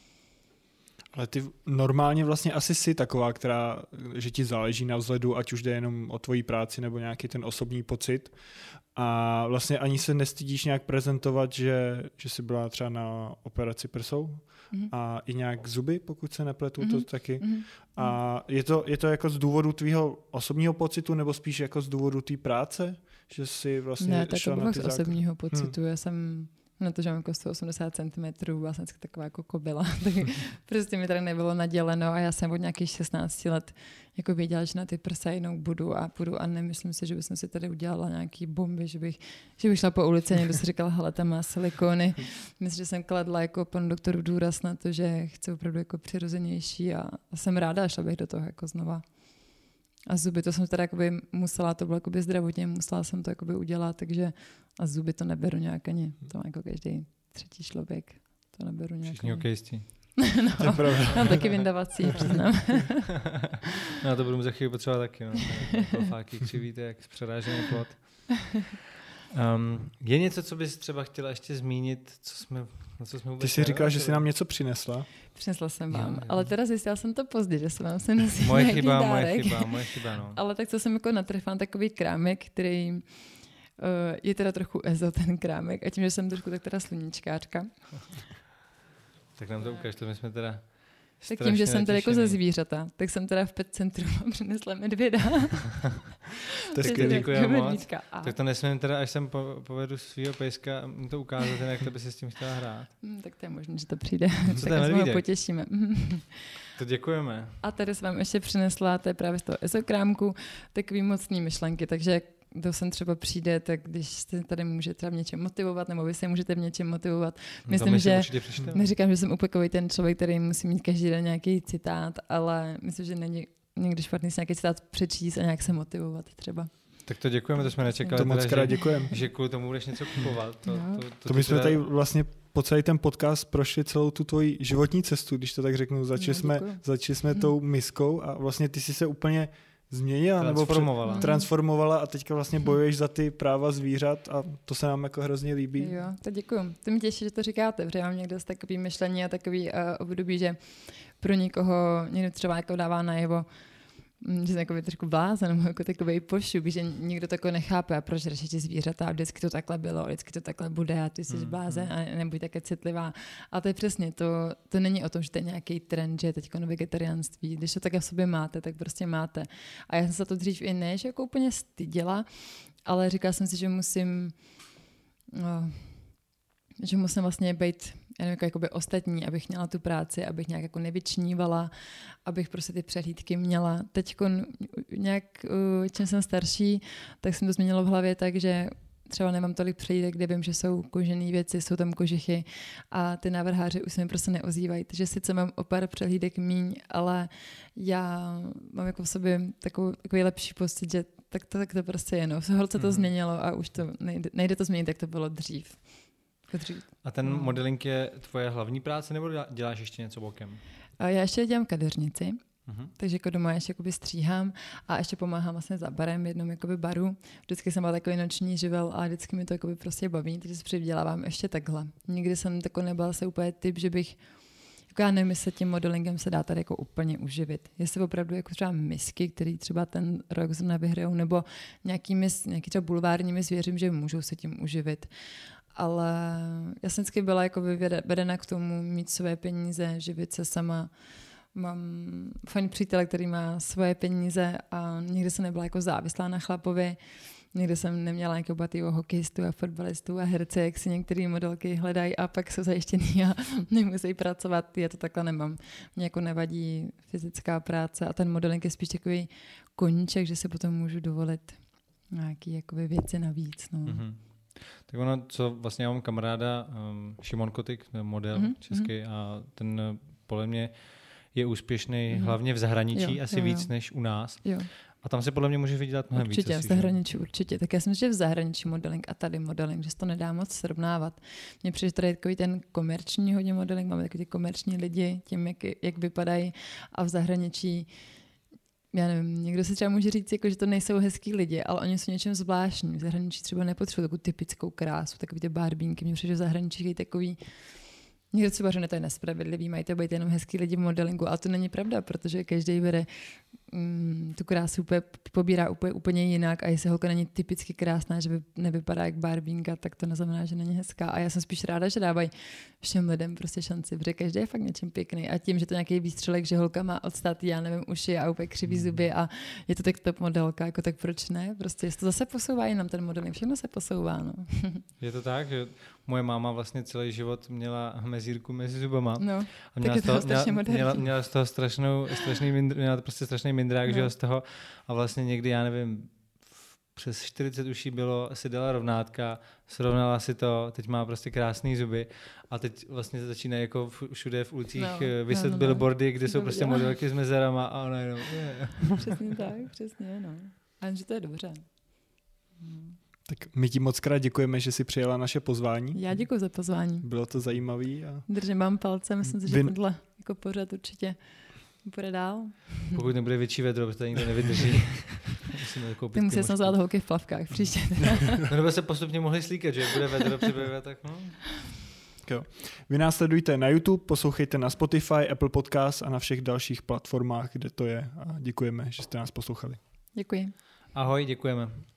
Ale ty normálně vlastně asi jsi taková, že ti záleží na vzhledu, ať už jde jenom o tvoji práci nebo nějaký ten osobní pocit. A vlastně ani se nestydíš nějak prezentovat, že jsi byla třeba na operaci prsou a i nějak zuby, pokud se nepletu, to taky. A je to jako z důvodu tvýho osobního pocitu nebo spíš jako z důvodu té práce? Že jsi vlastně ne, tak to bylo z osobního pocitu. Já jsem na to, že mám jako 180 cm, byla jsem taková jako kobila, tak prostě mi tady nebylo naděleno a já jsem od nějakých 16 let jako věděla, že na ty prsa jednou budu a nemyslím si, že bych si tady udělala nějaký bomby, že bych šla po ulici a někdo si říkal, hele, tam má silikony. Myslím, že jsem kladla jako panu doktoru důraz na to, že chci opravdu jako přirozenější a jsem ráda a šla bych do toho jako znova. A zuby, to jsem teda jakoby musela, to bylo jakoby zdravotně, musela jsem to jakoby udělat, takže a zuby to neberu nějak ani, to má jako každý třetí člověk, to neberu nějak. Všichni hokejistí. No, mám taky vyndavací, přiznám. No to budu za chvíli potřebovat taky, no. Profáky křivíte jak přerážený plot. Je něco, co bys třeba chtěla ještě zmínit, na co jsme vůbec... Ty jsi říkala, že jsi nám něco přinesla. Přinesla jsem vám, jo. Ale teda zjistila jsem to pozdě, že jsem vám se nosila moje nějaký dárek. Moje chyba, no. Ale tak co jsem jako natrefala takový krámek, který je teda trochu ezo ten krámek a tím, že jsem trošku tak teda sluníčkářka. Tak nám to ukáž, to my jsme teda tak tím, že jsem teda jako ze zvířata, tak jsem teda v pet centru přinesla medvěda. To je skvělý. Děkuji moc. Tak to nesmím teda, až jsem povedu svýho pejska, mu to ukázat, jak to by si s tím chtěla hrát. Tak to je možné, že to přijde. Co tak ho potěšíme. To děkujeme. A tady jsem vám ještě přinesla, to je právě z toho ezokrámku, takový mocný myšlenky, takže kdo sem třeba přijde, tak když se tady může třeba v něčem motivovat, nebo vy se můžete v něčem motivovat. Myslím, že neříkám, že jsem úplně ten člověk, který musí mít každý den nějaký citát, ale myslím, že není někdy špatný si nějaký citát přečíst a nějak se motivovat třeba. Tak to děkujeme, to jsme nečekali. To moc krát děkujeme. Že kvůli tomu budeš něco kupovat. To my jsme tady vlastně po celý ten podcast prošli celou tu tvoji životní cestu, když to tak řeknu. Začali jsme tou miskou a vlastně ty jsi se úplně změnila transformovala a teďka vlastně bojuješ za ty práva zvířat a to se nám jako hrozně líbí. Jo, to děkuju. To mi těší, že to říkáte, protože mám někdo z takový myšlení a takový období, že pro někoho někdo třeba jako dává najevo, že jsem jako trošku blázen, nebo jako takovej pošuk, že nikdo to jako nechápe a proč řešit zvířata a vždycky to takhle bylo, vždycky to takhle bude a ty jsi blázen a nebuď také citlivá. A to je přesně, to není o tom, že to je nějaký trend, že je teď vegetariánství. Když to takhle v sobě máte, tak prostě máte. A já jsem se to dřív i ne, že jako úplně styděla, ale říkala jsem si, že musím vlastně být jakoby ostatní, abych měla tu práci, abych nějak jako nevyčnívala, abych prostě ty přehlídky měla. Teď nějak, čím jsem starší, tak jsem to změnila v hlavě tak, že třeba nemám tolik přehlídek, kde vím, že jsou kožené věci, jsou tam kožichy a ty návrháři už se mi prostě neozývají. Takže sice mám o pár přehlídek míň, ale já mám jako v sobě takový lepší pocit, že tak to prostě je. No. V holce to změnilo a už to nejde to změnit, jak to bylo dřív. A ten modeling je tvoje hlavní práce, nebo děláš ještě něco bokem? Já ještě dělám kadeřnici, takže jako doma ještě stříhám a ještě pomáhám vlastně za barem v jednom baru. Vždycky jsem byla takový noční živel a vždycky mi to prostě baví, takže se přivydělávám ještě takhle. Nikdy jsem nebyla se úplně typ, že bych já nevím, jestli tím modelingem se dá tady jako úplně uživit. Jestli opravdu jako třeba misky, který třeba ten rok zrovna vyhrajou, nebo nějaký třeba bulvárními zvěřím, že můžou se tím uživit. Ale já jsem vždycky byla jako vedena k tomu mít své peníze, živit se sama. Mám fajn přítele, který má svoje peníze a nikdy jsem nebyla jako závislá na chlapovi. Nikdy jsem neměla nějakého batýho hokejistů a fotbalistů a herce, jak si některé modelky hledají a pak jsou zajištěný a nemusí pracovat. Já to takhle nemám. Mě jako nevadí fyzická práce a ten modeling je spíš takový koníček, že se potom můžu dovolit nějaké věci navíc. No. Tak ono, co vlastně já mám kamaráda, Šimon Kotik, model český a ten podle mě je úspěšný hlavně v zahraničí, asi víc než u nás. Jo. A tam se podle mě může vydělat mnohem víc. Určitě, v zahraničí určitě. Tak já si myslím, že v zahraničí modeling a tady modeling, že se to nedá moc srovnávat. Mně přijde, že tady je takový ten komerční hodně modeling, máme takový ty komerční lidi, tím, jak vypadají a v zahraničí já nevím, někdo si třeba může říct, jako, že to nejsou hezký lidi, ale oni jsou něčem zvláštní. V zahraničí třeba nepotřebují takovou typickou krásu, takový ty barbínky. Mně přijde, že v zahraničí je takový. Někdo třeba řekne, to je nespravedlivý, mají to být jenom hezký lidi v modelingu, ale to není pravda, protože každý bere tu krásu pobírá úplně jinak a jestli holka není typicky krásná, že nevypadá jak barbínka, tak to neznamená, že není hezká. A já jsem spíš ráda, že dávají všem lidem prostě šanci, protože každý je fakt něčem pěkný. A tím, že to nějaký výstřelek, že holka má odstát, já nevím, uši a úplně křivý zuby a je to tak top modelka, jako tak proč ne? Prostě to zase posouvá jinam ten modeling, všechno se posouvá. No. Je to tak, že moje máma vlastně celý život měla mezírku mezi zubama. No, a měla z toho strašný mindrák, že jo, z toho. A vlastně někdy, já nevím, v přes 40 uší bylo, si dala rovnátka, srovnala si to, teď má prostě krásný zuby a teď vlastně začínají jako všude v ulicích vyset billboardy, kde jsou prostě modelky s mezerama a ona jenom... Přesně tak, přesně, no. A že to je dobře. Tak my ti moc krát děkujeme, že jsi přijela naše pozvání. Já děkuji za pozvání. Bylo to zajímavý. Držím vám palce, myslím si, že tohle jako pořád určitě bude dál. Pokud nebude větší vedro, protože to nikdo nevydrží. Ty musíš nazvat holky v plavkách příště. No nebo se postupně mohli slíkat, že jak bude vedro přibývat, tak no. Jo. Vy nás sledujte na YouTube, poslouchejte na Spotify, Apple Podcast a na všech dalších platformách, kde to je. A děkujeme, že jste nás poslouchali. Děkuji. Ahoj, děkujeme.